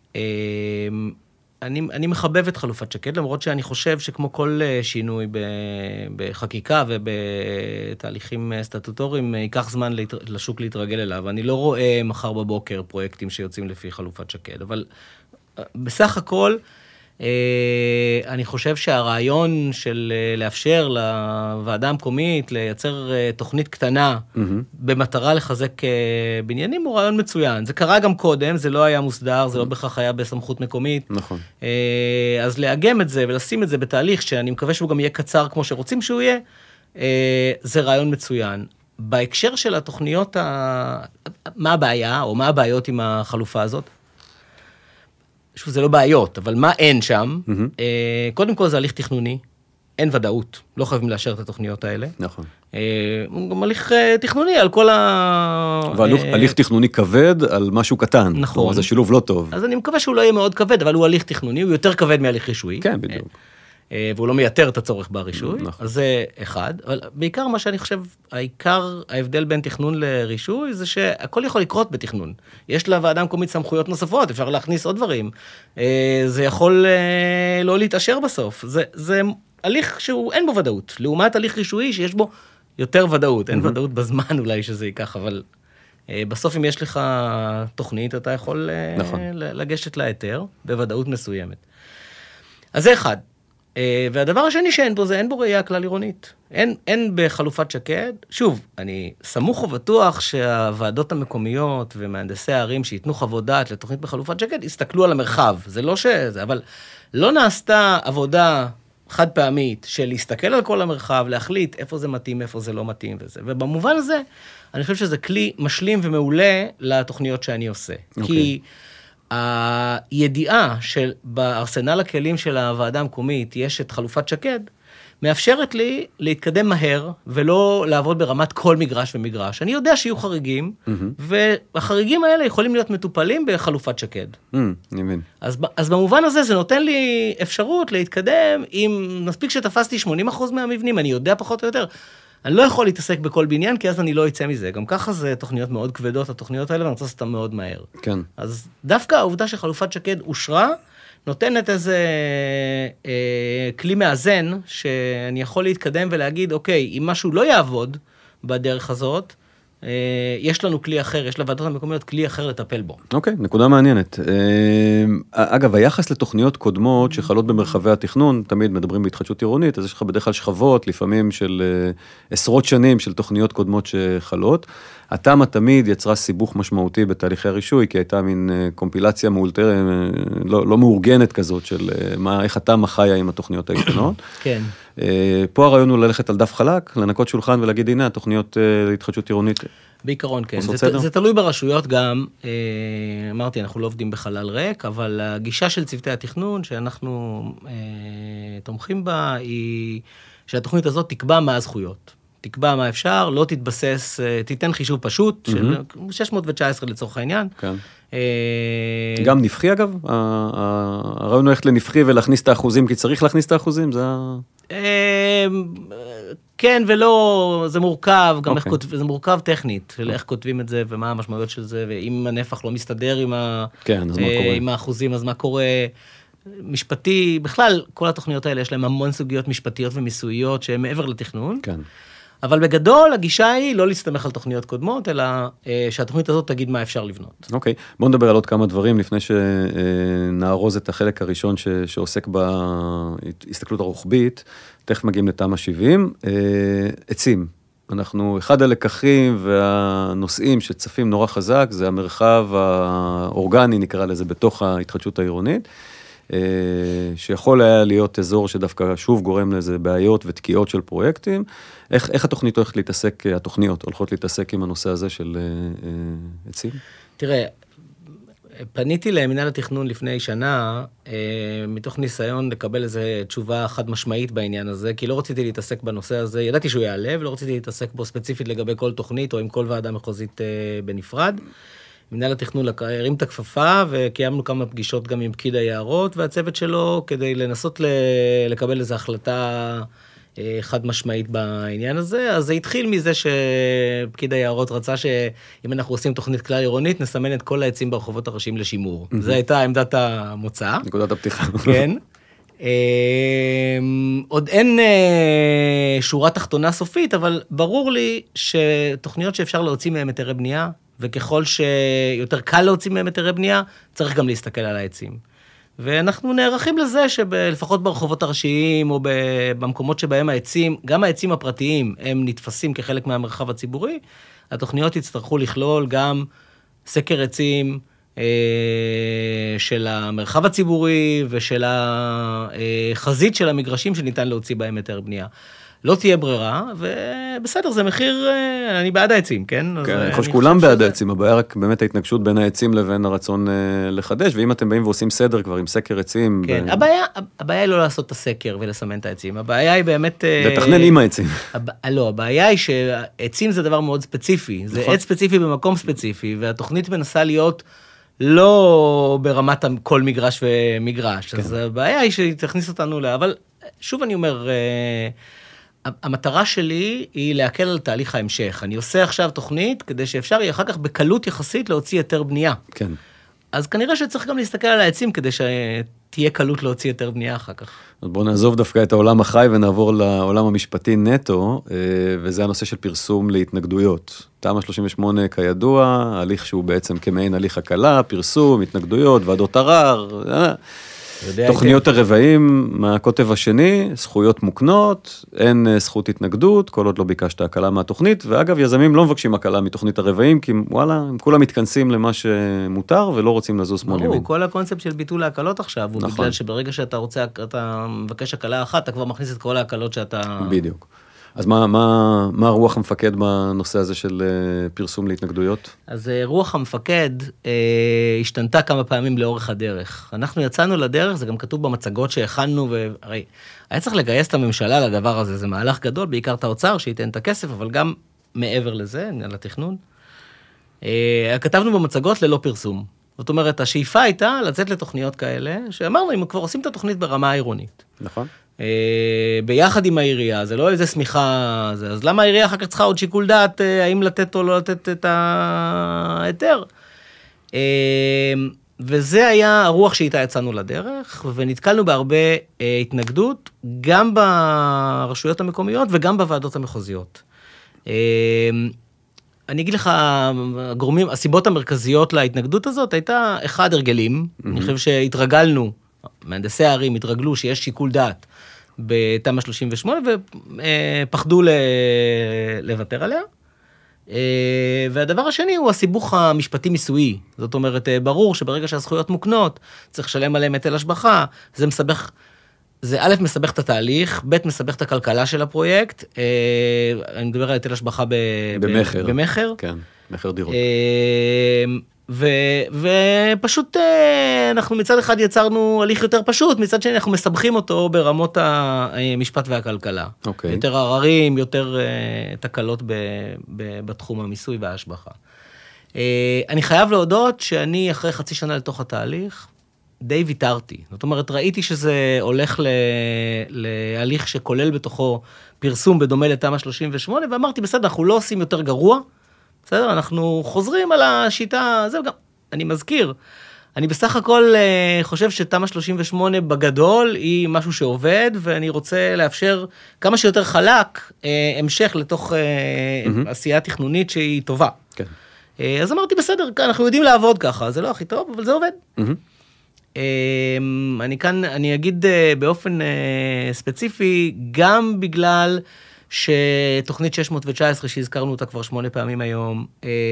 אני, אני מחבב את חלופת שקד, למרות שאני חושב שכמו כל שינוי בחקיקה ובתהליכים סטטוטוריים, ייקח זמן לשוק להתרגל אליו. אני לא רואה מחר בבוקר פרויקטים שיוצאים לפי חלופת שקד, אבל בסך הכל, אני חושב שהרעיון של לאפשר לוועדה המקומית לייצר תוכנית קטנה mm-hmm. במטרה לחזק בניינים הוא רעיון מצוין. זה קרה גם קודם, זה לא היה מוסדר, זה לא בכך היה בסמכות מקומית. נכון. אז לאגם את זה ולשים את זה בתהליך שאני מקווה שהוא גם יהיה קצר כמו שרוצים שהוא יהיה, זה רעיון מצוין. בהקשר של התוכניות, מה הבעיה או מה הבעיות עם החלופה הזאת? שוב, זה לא בעיות, אבל מה אין שם? קודם כל זה הליך תכנוני, אין ודאות, לא חייבים לאשר את התוכניות האלה. נכון. גם הליך תכנוני על כל ה... והליך תכנוני כבד על משהו קטן. נכון. זה שילוב לא טוב. אז אני מקווה שהוא לא יהיה מאוד כבד, אבל הוא הליך תכנוני, הוא יותר כבד מהליך רישוי. כן, בדיוק. והוא לא מייתר את הצורך ברישוי, נכון. אז זה אחד. אבל בעיקר מה שאני חושב, העיקר ההבדל בין תכנון לרישוי, זה שהכל יכול לקרות בתכנון. יש לוועדה המקומית סמכויות נוספות, אפשר להכניס עוד דברים. זה יכול לא להתאשר בסוף. זה, זה הליך שהוא אין בו ודאות, לעומת הליך רישוי שיש בו יותר ודאות. אין ודאות בזמן אולי שזה ייקח, אבל בסוף אם יש לך תוכנית, אתה יכול נכון. לגשת להיתר בוודאות מסוימת. אז זה אחד. והדבר השני שאין בו זה, אין בו ראייה כלל עירונית. אין, אין בחלופת שקד. שוב, אני סמוך ובטוח שהוועדות המקומיות ומהנדסי הערים שיתנו חוות דעת לתוכנית בחלופת שקד, יסתכלו על המרחב. זה לא שזה, אבל לא נעשתה עבודה חד פעמית של להסתכל על כל המרחב, להחליט איפה זה מתאים, איפה זה לא מתאים וזה. ובמובן הזה, אני חושב שזה כלי משלים ומעולה לתוכניות שאני עושה. Okay. כי הידיעה של בארסנל הכלים של הוועדה המקומית יש את חלופת שקד, מאפשרת לי להתקדם מהר, ולא לעבוד ברמת כל מגרש ומגרש. אני יודע שיהיו חריגים, mm-hmm. והחריגים האלה יכולים להיות מטופלים בחלופת שקד. Mm, אני מבין. אז, אז במובן הזה זה נותן לי אפשרות להתקדם, אם נספיק שתפסתי שמונים אחוז מהמבנים, אני יודע פחות או יותר, אני לא יכול להתעסק בכל בניין, כי אז אני לא אצא מזה. גם ככה זה תוכניות מאוד כבדות, התוכניות האלה, ואני רוצה לעשות אותן מאוד מהר. כן. אז דווקא העובדה שחלופת שקד אושרה, נותנת איזה אה, כלי מאזן, שאני יכול להתקדם ולהגיד, אוקיי, אם משהו לא יעבוד בדרך הזאת, אה, יש לנו כלי אחר, יש לוועדות המקומיות כלי אחר לטפל בו. אוקיי, נקודה מעניינת. אה, אגב, היחס לתוכניות קודמות שחלות במרחבי התכנון, תמיד מדברים בהתחדשות עירונית, אז יש לך בדרך כלל שכבות, לפעמים של אה, עשרות שנים של תוכניות קודמות שחלות. התמ"א תמיד יצרה סיבוך משמעותי בתהליכי הרישוי, כי הייתה מין קומפילציה מאולתר, לא, לא מאורגנת כזאת, של מה, איך התמ"א חיה עם התוכניות הישנות. כן. פה הרעיון הוא ללכת על דף חלק, לנקות שולחן ולהגיד, הנה, התוכניות להתחדשות עירונית. בעיקרון, כן. זה, זה תלוי ברשויות גם, אמרתי, אנחנו לא עובדים בחלל ריק, אבל הגישה של צוותי התכנון, שאנחנו תומכים בה, היא שהתוכנית הזאת תקבע מה הזכויות. תקבע מה אפשר, לא תתבסס, תיתן חישוב פשוט, של שש מאות תשע עשרה לצורך העניין. כן. גם נפחי אגב? הרעיון הולכת לנפחי ולהכניס את האחוזים, כי צריך להכניס את האחוזים, זה... כן ולא, זה מורכב, גם איך כותבים, זה מורכב טכנית, של איך כותבים את זה, ומה המשמעויות של זה, ואם הנפח לא מסתדר עם האחוזים, אז מה קורה... משפטי, בכלל, כל התוכניות האלה יש להם המון סוגיות משפטיות ומיסויות שהן מעבר לתכנון. כן. אבל בגדול, הגישה היא לא להסתמך על תוכניות קודמות, אלא שהתוכנית הזאת תגיד מה אפשר לבנות. אוקיי, בואו נדבר על עוד כמה דברים, לפני שנארוז את החלק הראשון ש, שעוסק בהסתכלות הרוחבית, תכף מגיעים לתמ"א שבעים, עצים. אנחנו, אחד הלקחים והנושאים שצפים נורא חזק, זה המרחב האורגני, נקרא לזה, בתוך ההתחדשות העירונית, שיכול היה להיות אזור שדווקא שוב גורם לזה בעיות ותקיעות של פרויקטים. איך, איך התוכנית הולכת להתעסק, התוכניות הולכות להתעסק עם הנושא הזה של עצים? תראה, פניתי למינהל התכנון לפני שנה, מתוך ניסיון לקבל איזו תשובה חד משמעית בעניין הזה, כי לא רציתי להתעסק בנושא הזה, ידעתי שהוא יעלה, ולא רציתי להתעסק בו ספציפית לגבי כל תוכנית, או עם כל ועדה מחוזית בנפרד. מנהל התכנון הרים את הכפפה, וקיימנו כמה פגישות גם עם פקיד היערות והצוות שלו, כדי לנסות לקבל איזו החלטה חד משמעית בעניין הזה. אז זה התחיל מזה שפקיד היערות רצה שאם אנחנו עושים תוכנית כלל עירונית, נסמן את כל העצים ברחובות הראשיים לשימור. זו הייתה עמדת המוצא. נקודת הפתיחה. כן. עוד אין שורה תחתונה סופית, אבל ברור לי שתוכניות שאפשר להוציא מהם היתרי בנייה, וככל שיותר קל להוציא מהם היתרי בנייה, צריך גם להסתכל על העצים. ואנחנו נערכים לזה שלפחות ברחובות הראשיים, או במקומות שבהם העצים, גם העצים הפרטיים, הם נתפסים כחלק מהמרחב הציבורי, התוכניות יצטרכו לכלול גם סקר עצים של המרחב הציבורי, ושל החזית של המגרשים שניתן להוציא בהם היתר בנייה. לא תהיה ברירה, ובסדר, זה מחיר, אני בעד העצים, כן? כן, אני חושב שכולם בעד העצים, הבעיה רק באמת ההתנגשות בין העצים לבין הרצון לחדש, ואם אתם באים ועושים סדר כבר עם סקר עצים... כן, הבעיה, הבעיה היא לא לעשות את הסקר ולסמן את העצים, הבעיה היא באמת... לתכנן עם העצים. לא, הבעיה היא שעצים זה דבר מאוד ספציפי, זה עץ ספציפי במקום ספציפי, והתוכנית מנסה להיות לא ברמת כל מגרש ומגרש, אז הבעיה היא שתכניס אותנו לה, אבל שוב אני אומר... המטרה שלי היא להקל על תהליך ההמשך. אני עושה עכשיו תוכנית כדי שאפשר יהיה אחר כך בקלות יחסית להוציא יותר בנייה. כן. אז כנראה שצריך גם להסתכל על העצים כדי שתהיה קלות להוציא יותר בנייה אחר כך. אז בואו נעזוב דווקא את העולם החי ונעבור לעולם המשפטי נטו, וזה הנושא של פרסום להתנגדויות. תמ"א שלושים ושמונה כידוע, הליך שהוא בעצם כמעין הליך הקלה, פרסום, התנגדויות, ועדות ערר, תוכניות הרבעים מהכותב השני, זכויות מוקנות, אין זכות התנגדות, כל עוד לא ביקשת הקלה מהתוכנית, ואגב, יזמים לא מבקשים הקלה מתוכנית הרבעים, כי וואלה, הם כולם מתכנסים למה שמותר, ולא רוצים לזוז שמאל ימין. כל הקונספט של ביטול ההקלות עכשיו, הוא בגלל שברגע שאתה רוצה, אתה מבקש הקלה אחת, אתה כבר מכניס את כל ההקלות שאתה... בדיוק. אז מה, מה, מה רוח המפקד בנושא הזה של פרסום להתנגדויות? אז רוח המפקד אה, השתנתה כמה פעמים לאורך הדרך. אנחנו יצאנו לדרך, זה גם כתוב במצגות שהכנו, והרי היה צריך לגייס את הממשלה לדבר הזה, זה מהלך גדול, בעיקר את האוצר שייתן את הכסף, אבל גם מעבר לזה, לתכנון. אה, כתבנו במצגות ללא פרסום. זאת אומרת, השאיפה הייתה לצאת לתוכניות כאלה, שאמרנו, אם כבר עושים את התוכנית ברמה העירונית. נכון. ביחד עם העירייה, זה לא איזה סמיכה, אז למה העירייה אחר כך צריכה עוד שיקול דעת, האם לתת או לא לתת את ההיתר? וזה היה הרוח שאיתה יצאנו לדרך, ונתקלנו בהרבה התנגדות, גם ברשויות המקומיות וגם בוועדות המחוזיות. אני אגיד לך, הגורמים, הסיבות המרכזיות להתנגדות הזאת הייתה אחד הרגלים, אני חושב שהתרגלנו, מהנדסי הערים התרגלו שיש שיקול דעת בתמ"א שלושים ושמונה, ופחדו לוותר עליה. והדבר השני הוא הסיבוך המשפטי-מיסויי. זאת אומרת, ברור שברגע שהזכויות מוקנות, צריך לשלם עליהם היטל השבחה, זה מסבך, זה א' מסבך את התהליך, ב' מסבך את הכלכלה של הפרויקט, אני מדבר על היטל השבחה במחר. במחר. כן, מחר דירות. ו, ופשוט אנחנו מצד אחד יצרנו הליך יותר פשוט, מצד שני אנחנו מסבכים אותו ברמות המשפט והכלכלה. Okay. יותר עררים, יותר תקלות ב, ב, בתחום המיסוי וההשבחה. אני חייב להודות שאני אחרי חצי שנה לתוך התהליך, די ויתרתי. זאת אומרת, ראיתי שזה הולך ל, להליך שכולל בתוכו פרסום בדומה לתמ"א שלושים ושמונה, ואמרתי, בסדר, אנחנו לא עושים יותר גרוע, בסדר, אנחנו חוזרים על השיטה, זהו גם, אני מזכיר, אני בסך הכל חושב שתמ"א שלושים ושמונה בגדול היא משהו שעובד, ואני רוצה לאפשר כמה שיותר חלק המשך לתוך mm-hmm. עשייה תכנונית שהיא טובה. כן. אז אמרתי, בסדר, אנחנו יודעים לעבוד ככה, זה לא הכי טוב, אבל זה עובד. Mm-hmm. אני כאן, אני אגיד באופן ספציפי, גם בגלל שתוכנית שש מאות תשע עשרה שהזכרנו אותה כבר שמונה פעמים היום,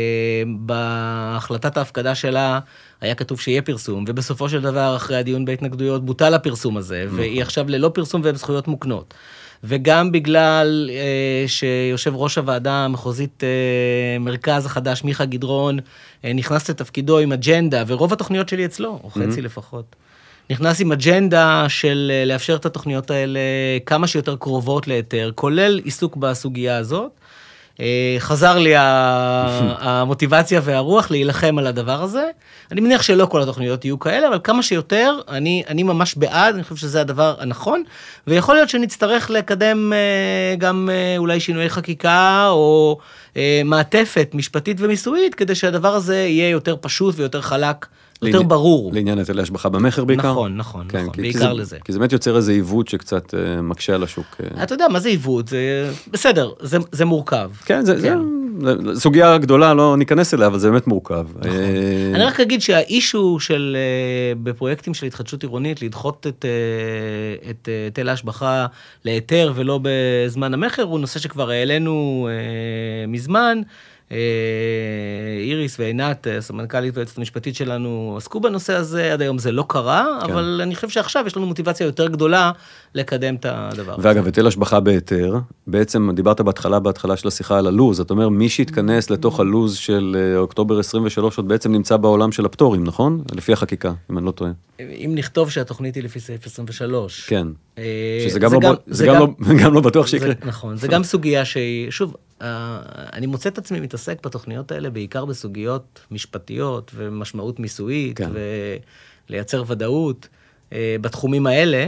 בהחלטת ההפקדה שלה היה כתוב שיהיה פרסום, ובסופו של דבר אחרי הדיון בהתנגדויות בוטל הפרסום הזה, והיא עכשיו ללא פרסום ובזכויות מוקנות. וגם בגלל שיושב ראש הוועדה המחוזית מרכז החדש, מיכה גדרון, נכנס לתפקידו עם אג'נדה, ורוב התוכניות שלי אצלו, או חצי לפחות. נכנס עם אג'נדה של לאפשר את התוכניות האלה כמה שיותר קרובות ליתר, כולל עיסוק בסוגיה הזאת. חזר לי המוטיבציה והרוח להילחם על הדבר הזה. אני מניח שלא כל התוכניות יהיו כאלה, אבל כמה שיותר, אני, אני ממש בעד, אני חושב שזה הדבר הנכון, ויכול להיות שנצטרך לקדם גם אולי שינויי חקיקה, או מעטפת משפטית ומיסויית, כדי שהדבר הזה יהיה יותר פשוט ויותר חלק, יותר ברור. לעניין היטלי השבחה במחר בעיקר? נכון, נכון, כן, נכון, כי, בעיקר כי זה, לזה. כי זה באמת יוצר איזה עיוות שקצת uh, מקשה על השוק. אתה יודע, מה זה עיוות? זה, בסדר, זה, זה מורכב. כן, זה, כן. זה, זה סוגיה גדולה, לא ניכנס אליה, אבל זה באמת מורכב. נכון. אני רק אגיד שהאישו של, בפרויקטים של התחדשות עירונית, לדחות את, את היטל ההשבחה להיתר ולא בזמן המחר, הוא נושא שכבר העלינו מזמן, איריס ועינת, הסמנכ"לית והיועצת המשפטית שלנו, עסקו בנושא הזה, עד היום זה לא קרה, כן. אבל אני חושב שעכשיו יש לנו מוטיבציה יותר גדולה לקדם את הדבר הזה. ואגב, היטל השבחה בהיתר, בעצם דיברת בהתחלה, בהתחלה של השיחה על הלוז, זאת אומרת, מי שהתכנס לתוך הלוז של אוקטובר עשרים ושלוש, עוד בעצם נמצא בעולם של הפטורים, נכון? לפי החקיקה, אם אני לא טועה. אם נכתוב שהתוכנית היא לפי סעיף עשרים ושלוש. כן. שזה גם, לא, זה גם, גם, לא, גם לא בטוח שיקרה. נכון, זה גם סוגיה שהיא, שוב, אני מוצא את עצמי מתעסק בתוכניות האלה, בעיקר בסוגיות משפטיות ומשמעות מיסויית, כן. ולייצר ודאות בתחומים האלה,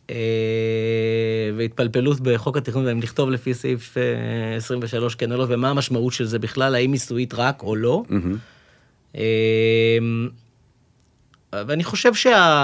והתפלפלות בחוק התכנון, ואם לכתוב לפי סעיף עשרים ושלוש כן או לא, ומה המשמעות של זה בכלל, האם מיסויית רק או לא. Mm-hmm. ואני חושב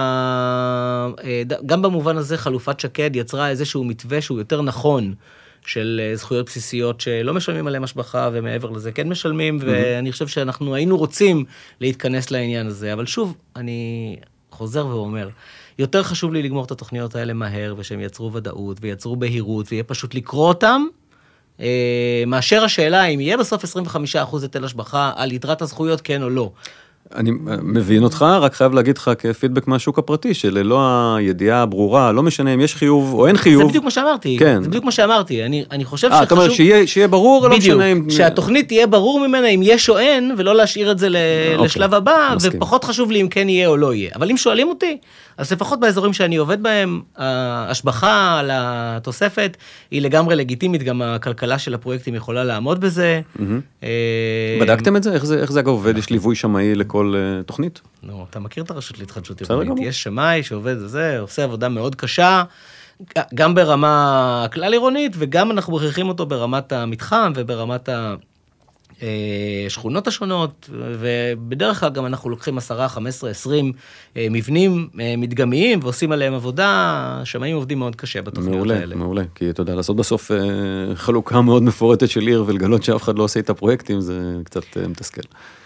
שגם במובן הזה חלופת שקד יצרה איזשהו מתווה שהוא יותר נכון, של זכויות בסיסיות שלא משלמים עליהם השבחה, ומעבר לזה כן משלמים, mm-hmm. ואני חושב שאנחנו היינו רוצים להתכנס לעניין הזה, אבל שוב, אני חוזר ואומר, יותר חשוב לי לגמור את התוכניות האלה מהר, ושהם יצרו ודאות, ויצרו בהירות, ויהיה פשוט לקרוא אותם, מאשר השאלה אם יהיה בסוף עשרים וחמישה אחוז היטל השבחה על יתרת הזכויות, כן או לא. אני מבין אותך, רק חייב להגיד לך כפידבק מהשוק הפרטי, שללא הידיעה הברורה, לא משנה אם יש חיוב או אין חיוב. זה בדיוק מה שאמרתי, כן. זה בדיוק מה שאמרתי, אני, אני חושב 아, שחשוב... אתה אומר שיהיה, שיהיה ברור, בדיוק, לא משנה אם... שהתוכנית תהיה ברור ממנה אם יש או אין, ולא להשאיר את זה ל... אוקיי, לשלב הבא, מסכים. ופחות חשוב לי אם כן יהיה או לא יהיה. אבל אם שואלים אותי, אז לפחות באזורים שאני עובד בהם, ההשבחה על התוספת היא לגמרי לגיטימית, גם הכלכלה של הפרויקטים יכולה לעמוד בזה. Mm-hmm. בדקתם את זה? איך זה, איך זה אגב עובד? יש ליווי שמאי לכל uh, תוכנית? לא, אתה מכיר את הרשות להתחדשות עירונית. יש שמאי שעובד זה, עושה עבודה מאוד קשה, גם ברמה כלל עירונית, וגם אנחנו מכריחים אותו ברמת המתחם וברמת השכונות השונות, ובדרך כלל גם אנחנו לוקחים עשרה, חמש עשרה, עשרים מבנים מדגמיים, ועושים עליהם עבודה, שמאים עובדים מאוד קשה בתוכניות מעולה, האלה. מעולה, מעולה, כי אתה יודע, לעשות בסוף חלוקה מאוד מפורטת של עיר, ולגלות שאף אחד לא עושה את הפרויקטים, זה קצת מתסכל.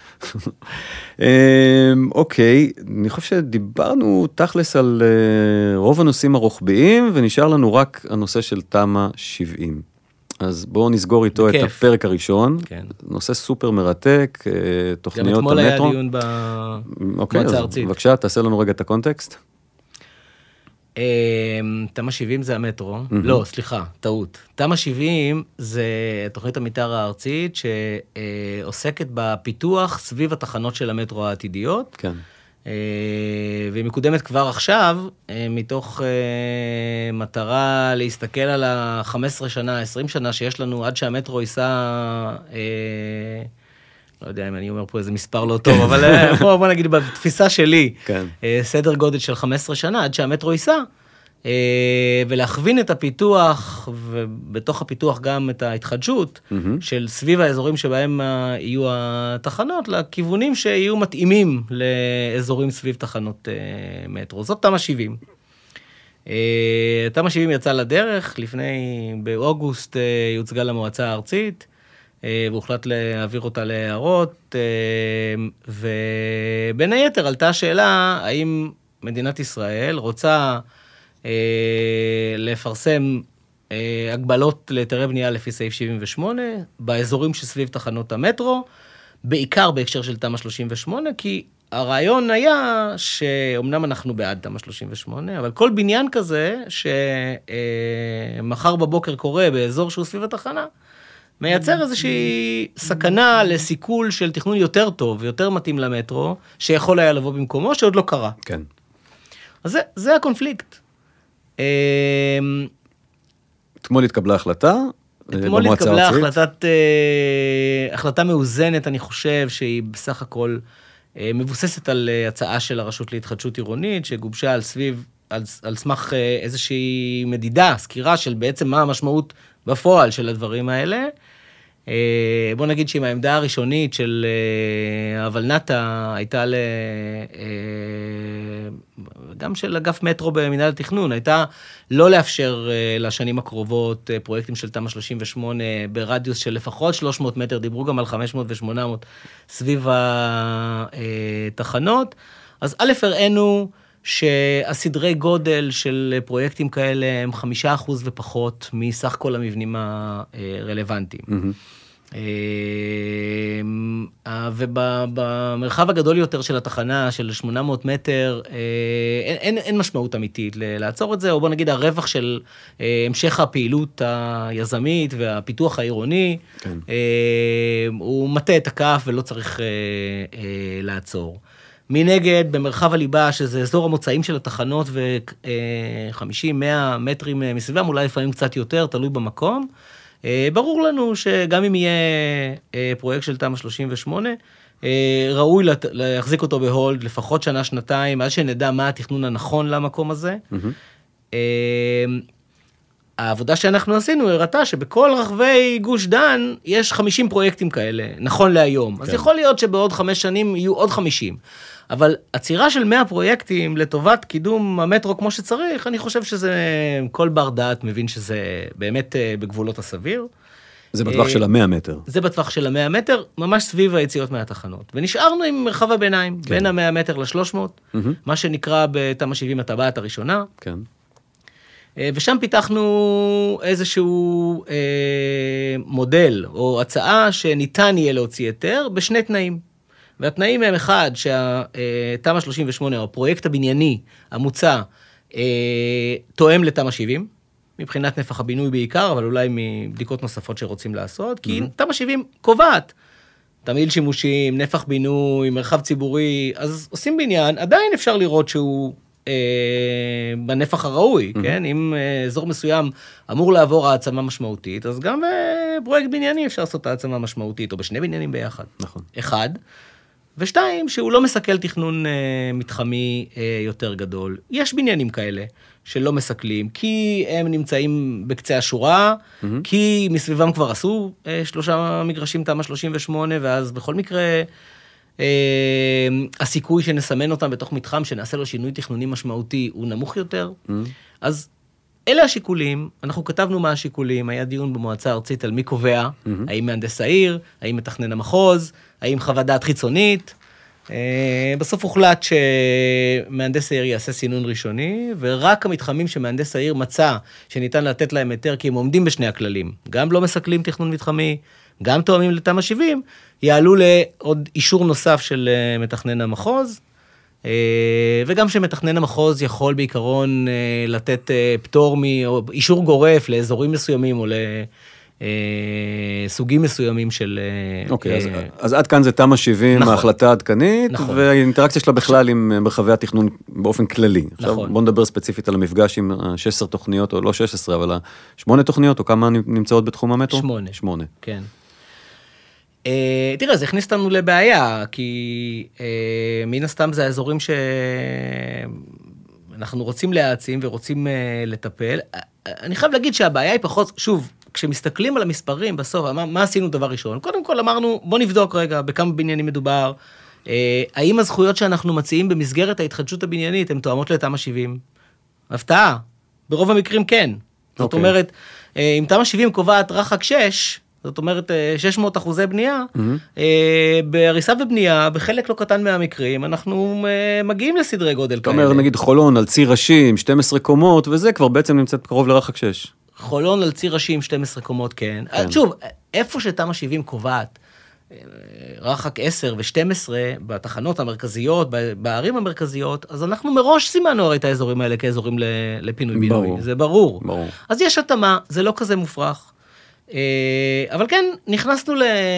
אוקיי, אני חושב שדיברנו תכלס על רוב הנושאים הרוחביים, ונשאר לנו רק הנושא של תמ"א שבעים. אז בואו נסגור איתו את הפרק הראשון. נושא סופר מרתק, תוכניות המטרו. גם אתמול היה דיון במועצה הארצית. בבקשה, תעשה לנו רגע את הקונטקסט. תמ"א שבעים זה המטרו, לא, סליחה, טעות. תמ"א שבעים זה תוכנית המתאר הארצית שעוסקת בפיתוח סביב התחנות של המטרו העתידיות. כן. והיא מקודמת כבר עכשיו, מתוך מטרה להסתכל על ה-חמש עשרה שנה, עשרים שנה שיש לנו עד שהמטרו ייסע, לא יודע אם אני אומר פה איזה מספר לא טוב, אבל בוא, בוא נגיד בתפיסה שלי, כן. סדר גודל של חמש עשרה שנה עד שהמטרו ייסע, ולהכווין את הפיתוח, ובתוך הפיתוח גם את ההתחדשות, mm-hmm. של סביב האזורים שבהם יהיו התחנות, לכיוונים שיהיו מתאימים לאזורים סביב תחנות מטרו. זאת תמ"א שבעים. תמ"א שבעים יצא לדרך, לפני, באוגוסט יוצגה למועצה הארצית, והוחלט להעביר אותה להערות, ובין היתר עלתה השאלה, האם מדינת ישראל רוצה לפרסם הגבלות ליתרי בנייה לפי סעיף שבעים ושמונה, באזורים שסביב תחנות המטרו, בעיקר בהקשר של תמ"א שלושים ושמונה, כי הרעיון היה שאומנם אנחנו בעד תמ"א שלושים ושמונה, אבל כל בניין כזה שמחר בבוקר קורה באזור שהוא סביב התחנה, מייצר איזושהי סכנה לסיכול של תכנון יותר טוב ויותר מתאים למטרו, שיכול היה לבוא במקומו, שעוד לא קרה. כן. אז זה, זה הקונפליקט. אתמול התקבלה החלטה, אתמול התקבלה החלטת, החלטה מאוזנת, אני חושב, שהיא בסך הכל מבוססת על הצעה של הרשות להתחדשות עירונית, שגובשה על סביב, על, על סמך איזושהי מדידה, סקירה של בעצם מה המשמעות בפועל של הדברים האלה. בוא נגיד שאם העמדה הראשונית של הוולנטה הייתה, גם של אגף מטרו במנהל התכנון, הייתה לא לאפשר לשנים הקרובות פרויקטים של תמ"א שלושים ושמונה ברדיוס של לפחות שלוש מאות מטר, דיברו גם על חמש מאות ושמונה מאות סביב התחנות. אז א' הראינו שהסדרי גודל של פרויקטים כאלה הם חמישה אחוז ופחות מסך כל המבנים הרלוונטיים. Mm-hmm. ובמרחב הגדול יותר של התחנה, של שמונה מאות מטר, אין, אין, אין משמעות אמיתית לעצור את זה, או בוא נגיד הרווח של המשך הפעילות היזמית והפיתוח העירוני, כן. הוא מטה את הכף ולא צריך לעצור. מנגד, במרחב הליבה, שזה אזור המוצאים של התחנות ו-חמישים מאה מטרים מסביבם, אולי לפעמים קצת יותר, תלוי במקום, ברור לנו שגם אם יהיה פרויקט של תמ"א שלושים ושמונה, ראוי להחזיק אותו בהולד לפחות שנה, שנתיים, עד שנדע מה התכנון הנכון למקום הזה. Mm-hmm. העבודה שאנחנו עשינו הראתה שבכל רחבי גוש דן יש חמישים פרויקטים כאלה, נכון להיום. כן. אז יכול להיות שבעוד חמש שנים יהיו עוד חמישים. אבל עצירה של מאה פרויקטים לטובת קידום המטרו כמו שצריך, אני חושב שזה, כל בר דעת מבין שזה באמת בגבולות הסביר. זה בטווח של המאה מטר. זה בטווח של המאה מטר, ממש סביב היציאות מהתחנות. ונשארנו עם מרחב הביניים, כן. בין המאה מטר ל-שלוש מאות, mm-hmm. מה שנקרא בתמ"א שבעים הטבעת הראשונה. כן. ושם פיתחנו איזשהו אה, מודל או הצעה שניתן יהיה להוציא היתר בשני תנאים. והתנאים הם אחד, שהתמ"א שלושים ושמונה, או הפרויקט הבנייני המוצע, אה, תואם לתמ"א שבעים, מבחינת נפח הבינוי בעיקר, אבל אולי מבדיקות נוספות שרוצים לעשות, כי mm-hmm. תמ"א שבעים קובעת תמהיל שימושים, נפח בינוי, מרחב ציבורי, אז עושים בניין, עדיין אפשר לראות שהוא בנפח הראוי, כן? אם אזור מסוים אמור לעבור העצמה משמעותית, אז גם בפרויקט בנייני אפשר לעשות העצמה משמעותית, או בשני בניינים ביחד. נכון. אחד. ושתיים, שהוא לא מסכל תכנון מתחמי יותר גדול. יש בניינים כאלה שלא מסכלים, כי הם נמצאים בקצה השורה, כי מסביבם כבר עשו שלושה מגרשים תמ"א שלושים ושמונה, ואז בכל מקרה הסיכוי שנסמן אותם בתוך מתחם, שנעשה לו שינוי תכנוני משמעותי, הוא נמוך יותר. אז אלה השיקולים, אנחנו כתבנו מה השיקולים, היה דיון במועצה הארצית על מי קובע, האם מהנדס העיר, האם מתכנן המחוז, האם חוות דעת חיצונית. בסוף הוחלט שמהנדס העיר יעשה סינון ראשוני, ורק המתחמים שמהנדס העיר מצא שניתן לתת להם היתר, כי הם עומדים בשני הכללים, גם לא מסכלים תכנון מתחמי, גם תואמים לתמ"א שבעים, יעלו לעוד אישור נוסף של מתכנן המחוז, וגם שמתכנן המחוז יכול בעיקרון לתת פטור, או אישור גורף לאזורים מסוימים, או לסוגים מסוימים של... אוקיי, אז, אז עד כאן זה תמ"א שבעים, נכון. ההחלטה העדכנית, נכון. והאינטראקציה שלה בכלל עם מרחבי התכנון באופן כללי. נכון. עכשיו בוא נדבר ספציפית על המפגש עם שש עשרה תוכניות, או לא שש עשרה, אבל שמונה תוכניות, או כמה נמצאות בתחום המטרו? שמונה. שמונה. כן. תראה, זה הכניס אותנו לבעיה, כי מן הסתם זה האזורים שאנחנו רוצים להעצים ורוצים לטפל. אני חייב להגיד שהבעיה היא פחות, שוב, כשמסתכלים על המספרים בסוף, מה, מה עשינו דבר ראשון? קודם כל אמרנו, בוא נבדוק רגע בכמה בניינים מדובר, האם הזכויות שאנחנו מציעים במסגרת ההתחדשות הבניינית הן תואמות לתמ"א שבעים? הפתעה, ברוב המקרים כן. זאת okay. אומרת, אם תמ"א שבעים קובעת רחק שש, זאת אומרת, שש מאות אחוזי בנייה, mm-hmm. בהריסה ובנייה, בחלק לא קטן מהמקרים, אנחנו מגיעים לסדרי גודל כאלה. אתה אומר, נגיד חולון על ציר ראשי, שתים עשרה קומות, וזה כבר בעצם נמצאת קרוב לרחק שש. חולון על ציר ראשי, שתים עשרה קומות, כן. כן. שוב, איפה שתמ"א שבעים קובעת, רחק עשר ו-שתים עשרה, בתחנות המרכזיות, בערים המרכזיות, אז אנחנו מראש סימנו הרי את האזורים האלה כאזורים לפינוי בינוי. זה ברור. ברור. אז יש התאמה, זה לא כזה מופרך. אבל כן, נכנסנו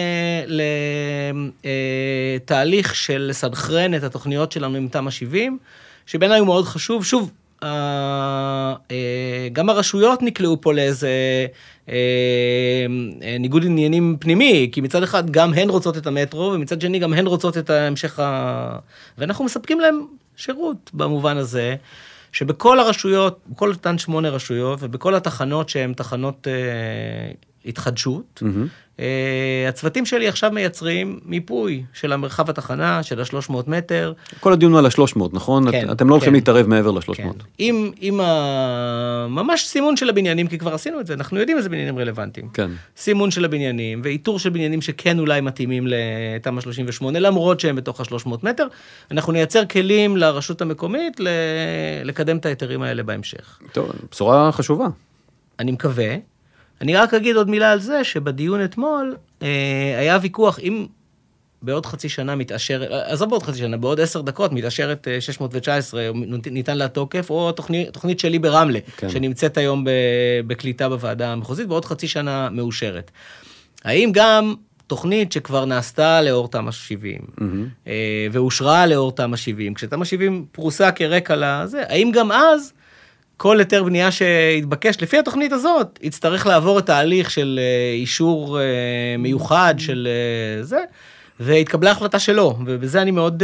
לתהליך של לסנכרן את התוכניות שלנו עם תמ"א שבעים, שבעיניי הוא מאוד חשוב. שוב, גם הרשויות נקלעו פה לאיזה ניגוד עניינים פנימי, כי מצד אחד גם הן רוצות את המטרו, ומצד שני גם הן רוצות את ההמשך ה... ואנחנו מספקים להם שירות במובן הזה, שבכל הרשויות, בכל אותן שמונה רשויות, ובכל התחנות שהן תחנות התחדשות, mm-hmm. הצוותים שלי עכשיו מייצרים מיפוי של המרחב התחנה, של ה-שלוש מאות מטר. כל הדיון על ה-שלוש מאות, נכון? כן, אתם לא הולכים כן. להתערב מעבר ל-שלוש מאות. כן. עם, עם ה... ממש סימון של הבניינים, כי כבר עשינו את זה, אנחנו יודעים איזה בניינים רלוונטיים. כן. סימון של הבניינים, ואיתור של בניינים שכן אולי מתאימים לתמ"א שלושים ושמונה, למרות שהם בתוך ה-שלוש מאות מטר, אנחנו נייצר כלים לרשות המקומית לקדם את היתרים האלה בהמשך. טוב, בשורה חשובה. אני מקווה. אני רק אגיד עוד מילה על זה, שבדיון אתמול היה ויכוח, אם בעוד חצי שנה מתאשר, עזוב בעוד חצי שנה, בעוד עשר דקות מתאשרת שש מאות תשע עשרה, ניתן לה תוקף, או תוכנית, תוכנית שלי ברמלה, כן. שנמצאת היום בקליטה בוועדה המחוזית, בעוד חצי שנה מאושרת. האם גם תוכנית שכבר נעשתה לאור תמ"א שבעים, mm-hmm. ואושרה לאור תמ"א שבעים, כשתמ"א שבעים פרוסה כרקע לזה, האם גם אז כל היתר בנייה שהתבקש לפי התוכנית הזאת, יצטרך לעבור את ההליך של אישור מיוחד של זה, והתקבלה החלטה שלו, ובזה אני מאוד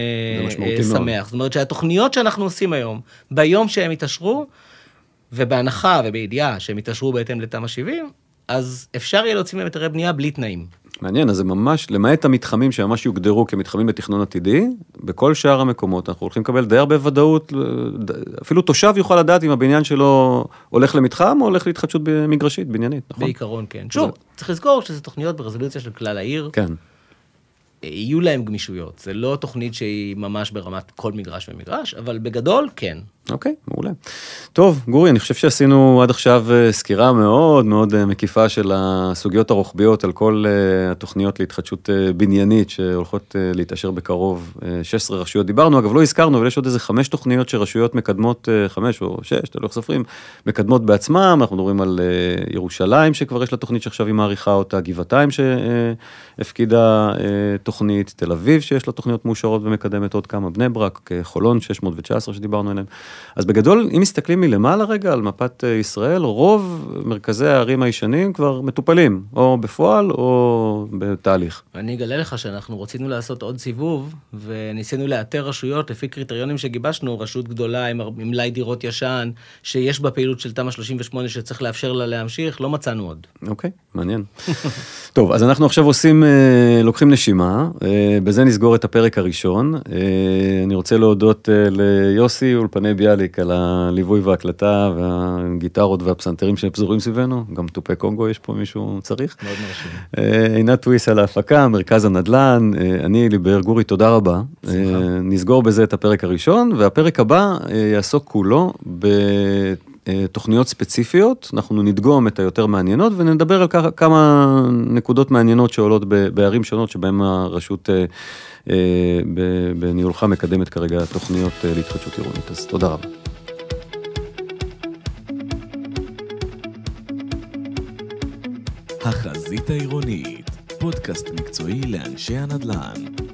שמח. זאת אומרת שהתוכניות שאנחנו עושים היום, ביום שהם יתאשרו, ובהנחה ובידיעה שהם יתאשרו בהתאם לתמ"א שבעים, אז אפשר יהיה להוציא מהם היתרי בנייה בלי תנאים. מעניין, אז זה ממש, למעט המתחמים שממש יוגדרו כמתחמים בתכנון עתידי, בכל שאר המקומות אנחנו הולכים לקבל די הרבה ודאות, אפילו תושב יוכל לדעת אם הבניין שלו הולך למתחם או הולך להתחדשות מגרשית, בניינית, נכון? בעיקרון, כן. שוב, צריך לזכור שזה תוכניות ברזולוציה של כלל העיר. כן. יהיו להם גמישויות. זה לא תוכנית שהיא ממש ברמת כל מגרש ומגרש, אבל בגדול, כן. אוקיי, מעולה. טוב, גורי, אני חושב שעשינו עד עכשיו סקירה מאוד מאוד מקיפה של הסוגיות הרוחביות על כל התוכניות להתחדשות בניינית שהולכות להתאשר בקרוב. שש עשרה רשויות דיברנו, אגב, לא הזכרנו, אבל יש עוד איזה חמש תוכניות שרשויות מקדמות, חמש או שש, תלוי איך סופרים, מקדמות בעצמם. אנחנו מדברים על ירושלים, שכבר יש לה תוכנית שעכשיו היא מעריכה אותה, גבעתיים שהפקידה תוכנית, תל אביב שיש לה תוכניות מאושרות ומקדמת עוד כמה, בני ברק, חולון שש מאות תשע עשרה שדיברנו עליהם. אז בגדול, אם מסתכלים מלמעלה רגע על מפת ישראל, רוב מרכזי הערים הישנים כבר מטופלים, או בפועל או בתהליך. אני אגלה לך שאנחנו רצינו לעשות עוד סיבוב, וניסינו לאתר רשויות לפי קריטריונים שגיבשנו, רשות גדולה עם מלאי דירות ישן, שיש בה פעילות של תמ"א שלושים ושמונה שצריך לאפשר לה להמשיך, לא מצאנו עוד. אוקיי, מעניין. טוב, אז אנחנו עכשיו עושים, לוקחים נשימה, בזה נסגור את הפרק הראשון. אני רוצה להודות ליוסי אולפני ביאליק על הליווי וההקלטה והגיטרות והפסנתרים שפזורים סביבנו, גם טופי קונגו יש פה מישהו צריך. מאוד מרשים. עינת טוויס על ההפקה, מרכז הנדל"ן, אני ליבר גורי, תודה רבה. נסגור בזה את הפרק הראשון, והפרק הבא יעסוק כולו בתוכניות ספציפיות, אנחנו נדגום את היותר מעניינות, ונדבר על כמה נקודות מעניינות שעולות בערים שונות, שבהם הרשות בניהולך מקדמת כרגע תוכניות להתחדשות עירונית. אז תודה רבה. החזית העירונית, פודקאסט מקצועי לאנשי הנדל"ן.